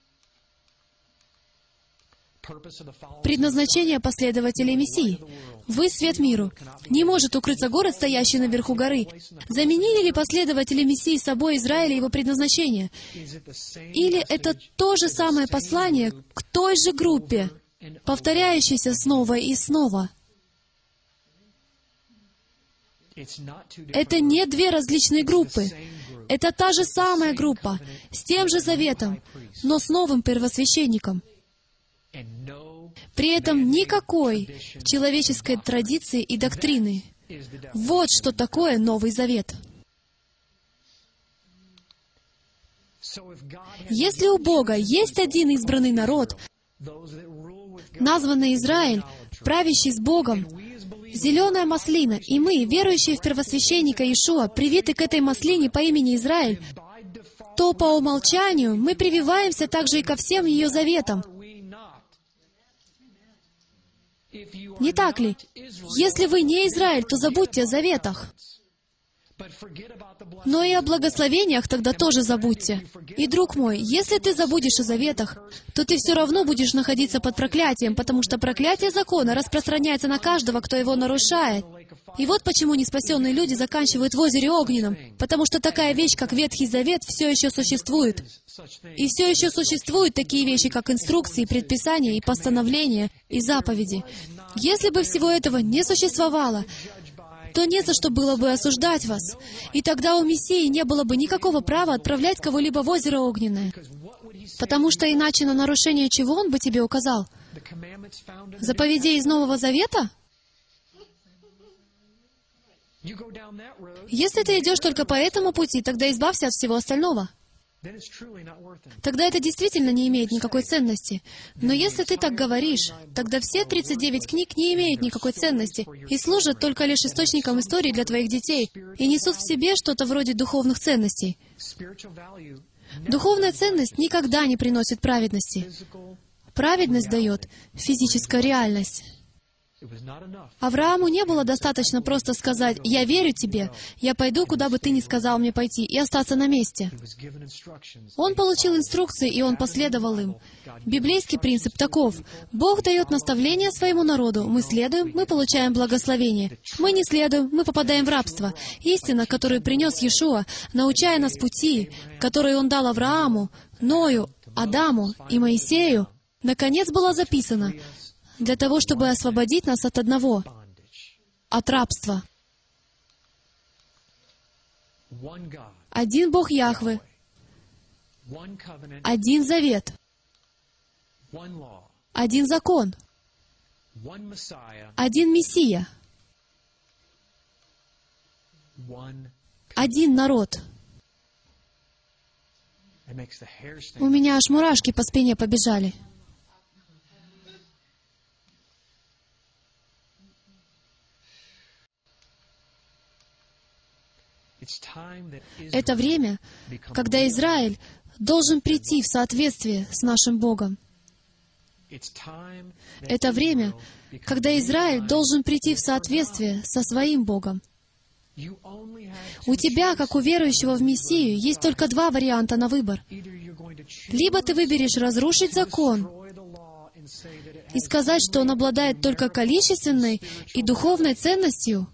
Предназначение последователей Мессии. Вы — свет миру. Не может укрыться город, стоящий наверху горы. Заменили ли последователи Мессии собой Израиля и его предназначение? Или это то же самое послание к той же группе, повторяющейся снова и снова? Это не две различные группы. Это та же самая группа, с тем же заветом, но с новым первосвященником. При этом никакой человеческой традиции и доктрины. Вот что такое Новый Завет. Если у Бога есть один избранный народ, названный Израиль, правящий с Богом, зеленая маслина, и мы, верующие в первосвященника Иешуа, привиты к этой маслине по имени Израиль, то по умолчанию мы прививаемся также и ко всем ее заветам. Не так ли? Если вы не Израиль, то забудьте о заветах. Но и о благословениях тогда тоже забудьте. И, друг мой, если ты забудешь о заветах, то ты все равно будешь находиться под проклятием, потому что проклятие закона распространяется на каждого, кто его нарушает. И вот почему неспасенные люди заканчивают в озере огненном, потому что такая вещь, как Ветхий Завет, все еще существует. И все еще существуют такие вещи, как инструкции, предписания и постановления, и заповеди. Если бы всего этого не существовало, то не за что было бы осуждать вас. И тогда у Мессии не было бы никакого права отправлять кого-либо в озеро огненное. Потому что иначе на нарушение чего Он бы тебе указал? Заповедей из Нового Завета? Если ты идешь только по этому пути, тогда избавься от всего остального. Тогда это действительно не имеет никакой ценности. Но если ты так говоришь, тогда все тридцать девять книг не имеют никакой ценности и служат только лишь источником истории для твоих детей и несут в себе что-то вроде духовных ценностей. Духовная ценность никогда не приносит праведности. Праведность дает физическая реальность. Аврааму не было достаточно просто сказать: «Я верю тебе, я пойду, куда бы ты ни сказал мне пойти», и остаться на месте. Он получил инструкции, и он последовал им. Библейский принцип таков: Бог дает наставления своему народу, мы следуем, мы получаем благословение. Мы не следуем, мы попадаем в рабство. Истина, которую принес Иешуа, научая нас пути, которые Он дал Аврааму, Ною, Адаму и Моисею, наконец была записана для того, чтобы освободить нас от одного, от рабства. Один Бог Яхве, один завет, один закон, один Мессия, один народ. У меня аж мурашки по спине побежали. Это время, когда Израиль должен прийти в соответствие с нашим Богом. Это время, когда Израиль должен прийти в соответствие со своим Богом. У тебя, как у верующего в Мессию, есть только два варианта на выбор. Либо ты выберешь разрушить закон и сказать, что он обладает только количественной и духовной ценностью,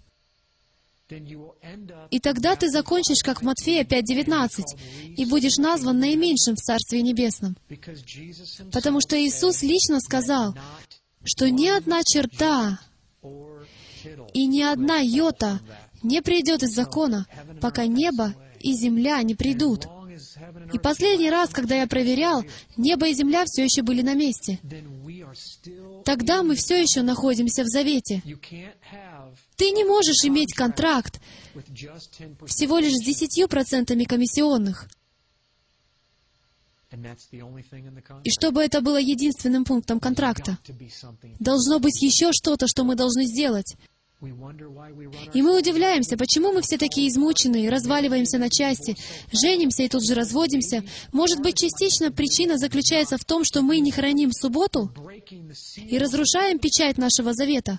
и тогда ты закончишь, как в Матфея пять девятнадцать, и будешь назван наименьшим в Царстве Небесном. Потому что Иисус лично сказал, что ни одна черта и ни одна йота не придет из закона, пока небо и земля не придут. И последний раз, когда я проверял, небо и земля все еще были на месте. Тогда мы все еще находимся в завете. Ты не можешь иметь контракт всего лишь с десятью процентами комиссионных. И чтобы это было единственным пунктом контракта, должно быть еще что-то, что мы должны сделать. И мы удивляемся, почему мы все такие измученные, разваливаемся на части, женимся и тут же разводимся. Может быть, частично причина заключается в том, что мы не храним субботу и разрушаем печать нашего завета.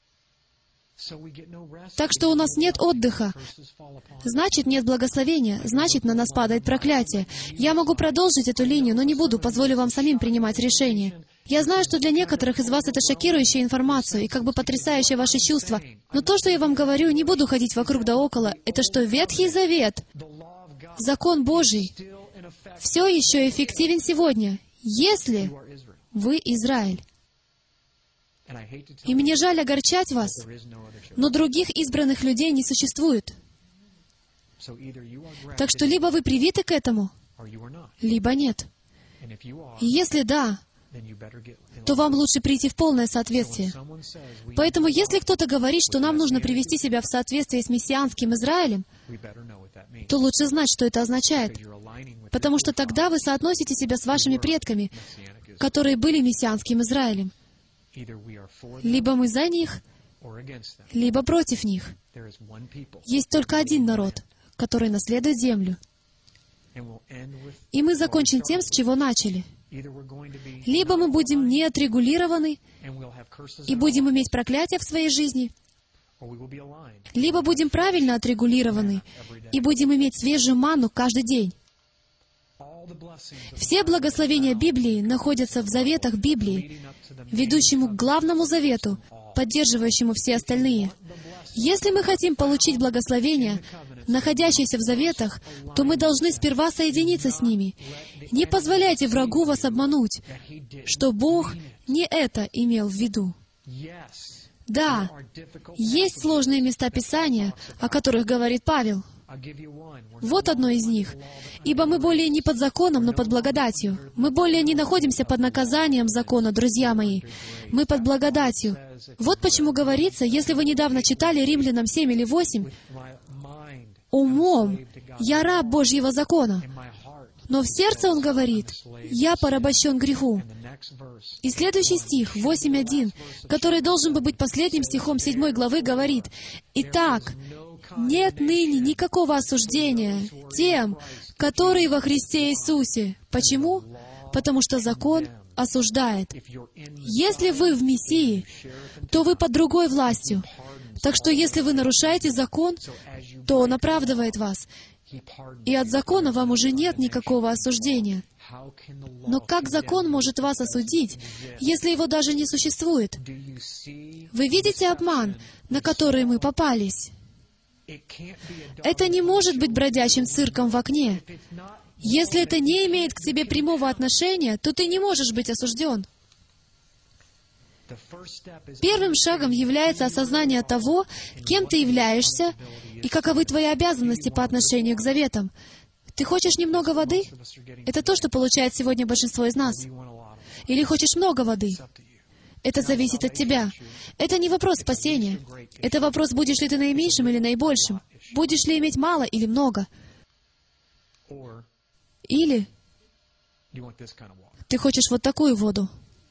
Так что у нас нет отдыха. Значит, нет благословения. Значит, на нас падает проклятие. Я могу продолжить эту линию, но не буду, позволю вам самим принимать решение. Я знаю, что для некоторых из вас это шокирующая информация и как бы потрясающее ваши чувства. Но то, что я вам говорю, не буду ходить вокруг да около, это что Ветхий Завет, закон Божий, все еще эффективен сегодня, если вы Израиль. И мне жаль огорчать вас, но других избранных людей не существует. Так что либо вы привиты к этому, либо нет. И если да, то вам лучше прийти в полное соответствие. Поэтому, если кто-то говорит, что нам нужно привести себя в соответствие с мессианским Израилем, то лучше знать, что это означает. Потому что тогда вы соотносите себя с вашими предками, которые были мессианским Израилем. Либо мы за них, либо против них. Есть только один народ, который наследует землю. И мы закончим тем, с чего начали. Либо мы будем неотрегулированы и будем иметь проклятие в своей жизни, либо будем правильно отрегулированы и будем иметь свежую манну каждый день. Все благословения Библии находятся в заветах Библии, ведущему к главному завету, поддерживающему все остальные. Если мы хотим получить благословения, находящиеся в заветах, то мы должны сперва соединиться с ними. Не позволяйте врагу вас обмануть, что Бог не это имел в виду. Да, есть сложные места Писания, о которых говорит Павел. Вот одно из них. «Ибо мы более не под законом, но под благодатью». Мы более не находимся под наказанием закона, друзья мои. Мы под благодатью. Вот почему говорится, если вы недавно читали Римлянам семь или восемь, «Умом я раб Божьего закона». Но в сердце он говорит, «Я порабощен греху». И следующий стих, восемь один, который должен бы быть последним стихом седьмой главы, говорит, «Итак, нет ныне никакого осуждения тем, которые во Христе Иисусе». Почему? Потому что закон осуждает. Если вы в Мессии, то вы под другой властью. Так что если вы нарушаете закон, то Он оправдывает вас. И от закона вам уже нет никакого осуждения. Но как закон может вас осудить, если его даже не существует? Вы видите обман, на который мы попались? Это не может быть бродячим цирком в окне. Если это не имеет к тебе прямого отношения, то ты не можешь быть осужден. Первым шагом является осознание того, кем ты являешься и каковы твои обязанности по отношению к заветам. Ты хочешь немного воды? Это то, что получает сегодня большинство из нас. Или хочешь много воды? Это зависит от тебя. Это не вопрос спасения. Это вопрос, будешь ли ты наименьшим или наибольшим. Будешь ли иметь мало или много. Или ты хочешь вот такую воду.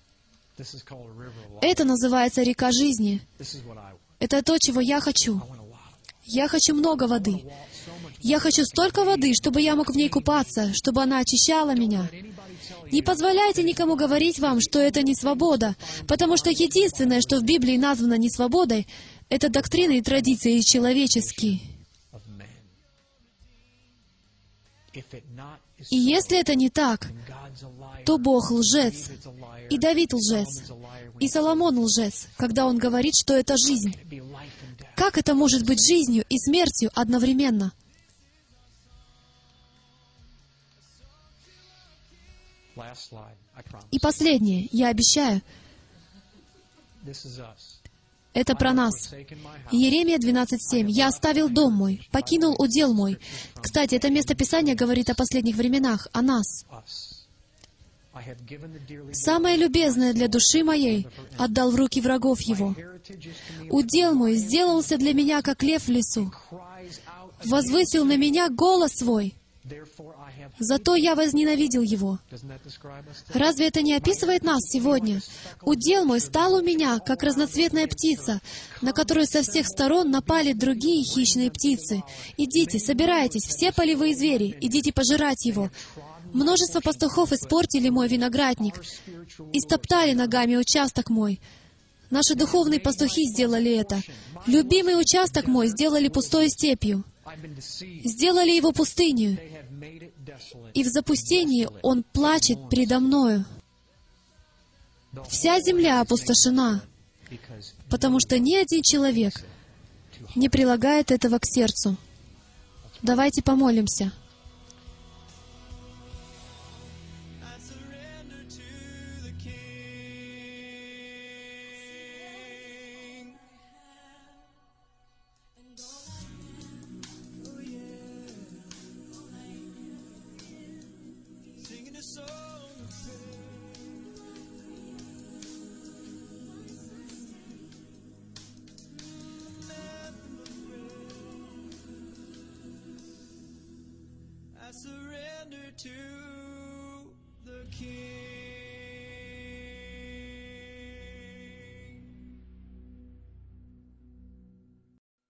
Это называется река жизни. Это то, чего я хочу. Я хочу много воды. Я хочу столько воды, чтобы я мог в ней купаться, чтобы она очищала меня. Не позволяйте никому говорить вам, что это не свобода, потому что единственное, что в Библии названо не свободой, это доктрины и традиции человеческие. И если это не так, то Бог лжец, и Давид лжец, и Соломон лжец, когда он говорит, что это жизнь. Как это может быть жизнью и смертью одновременно? И последнее, я обещаю, это про нас. Иеремия двенадцать семь. «Я оставил дом мой, покинул удел мой». Кстати, это место Писания говорит о последних временах, о нас. «Самое любезное для души моей отдал в руки врагов его. Удел мой сделался для меня, как лев в лесу. Возвысил на меня голос свой. Зато я возненавидел его». Разве это не описывает нас сегодня? «Удел мой стал у меня, как разноцветная птица, на которую со всех сторон напали другие хищные птицы. Идите, собирайтесь, все полевые звери, идите пожирать его. Множество пастухов испортили мой виноградник, истоптали ногами участок мой». Наши духовные пастухи сделали это. Любимый участок мой сделали пустой степью. Сделали его пустынью. И в запустении он плачет предо мною. Вся земля опустошена, потому что ни один человек не прилагает этого к сердцу. Давайте помолимся. To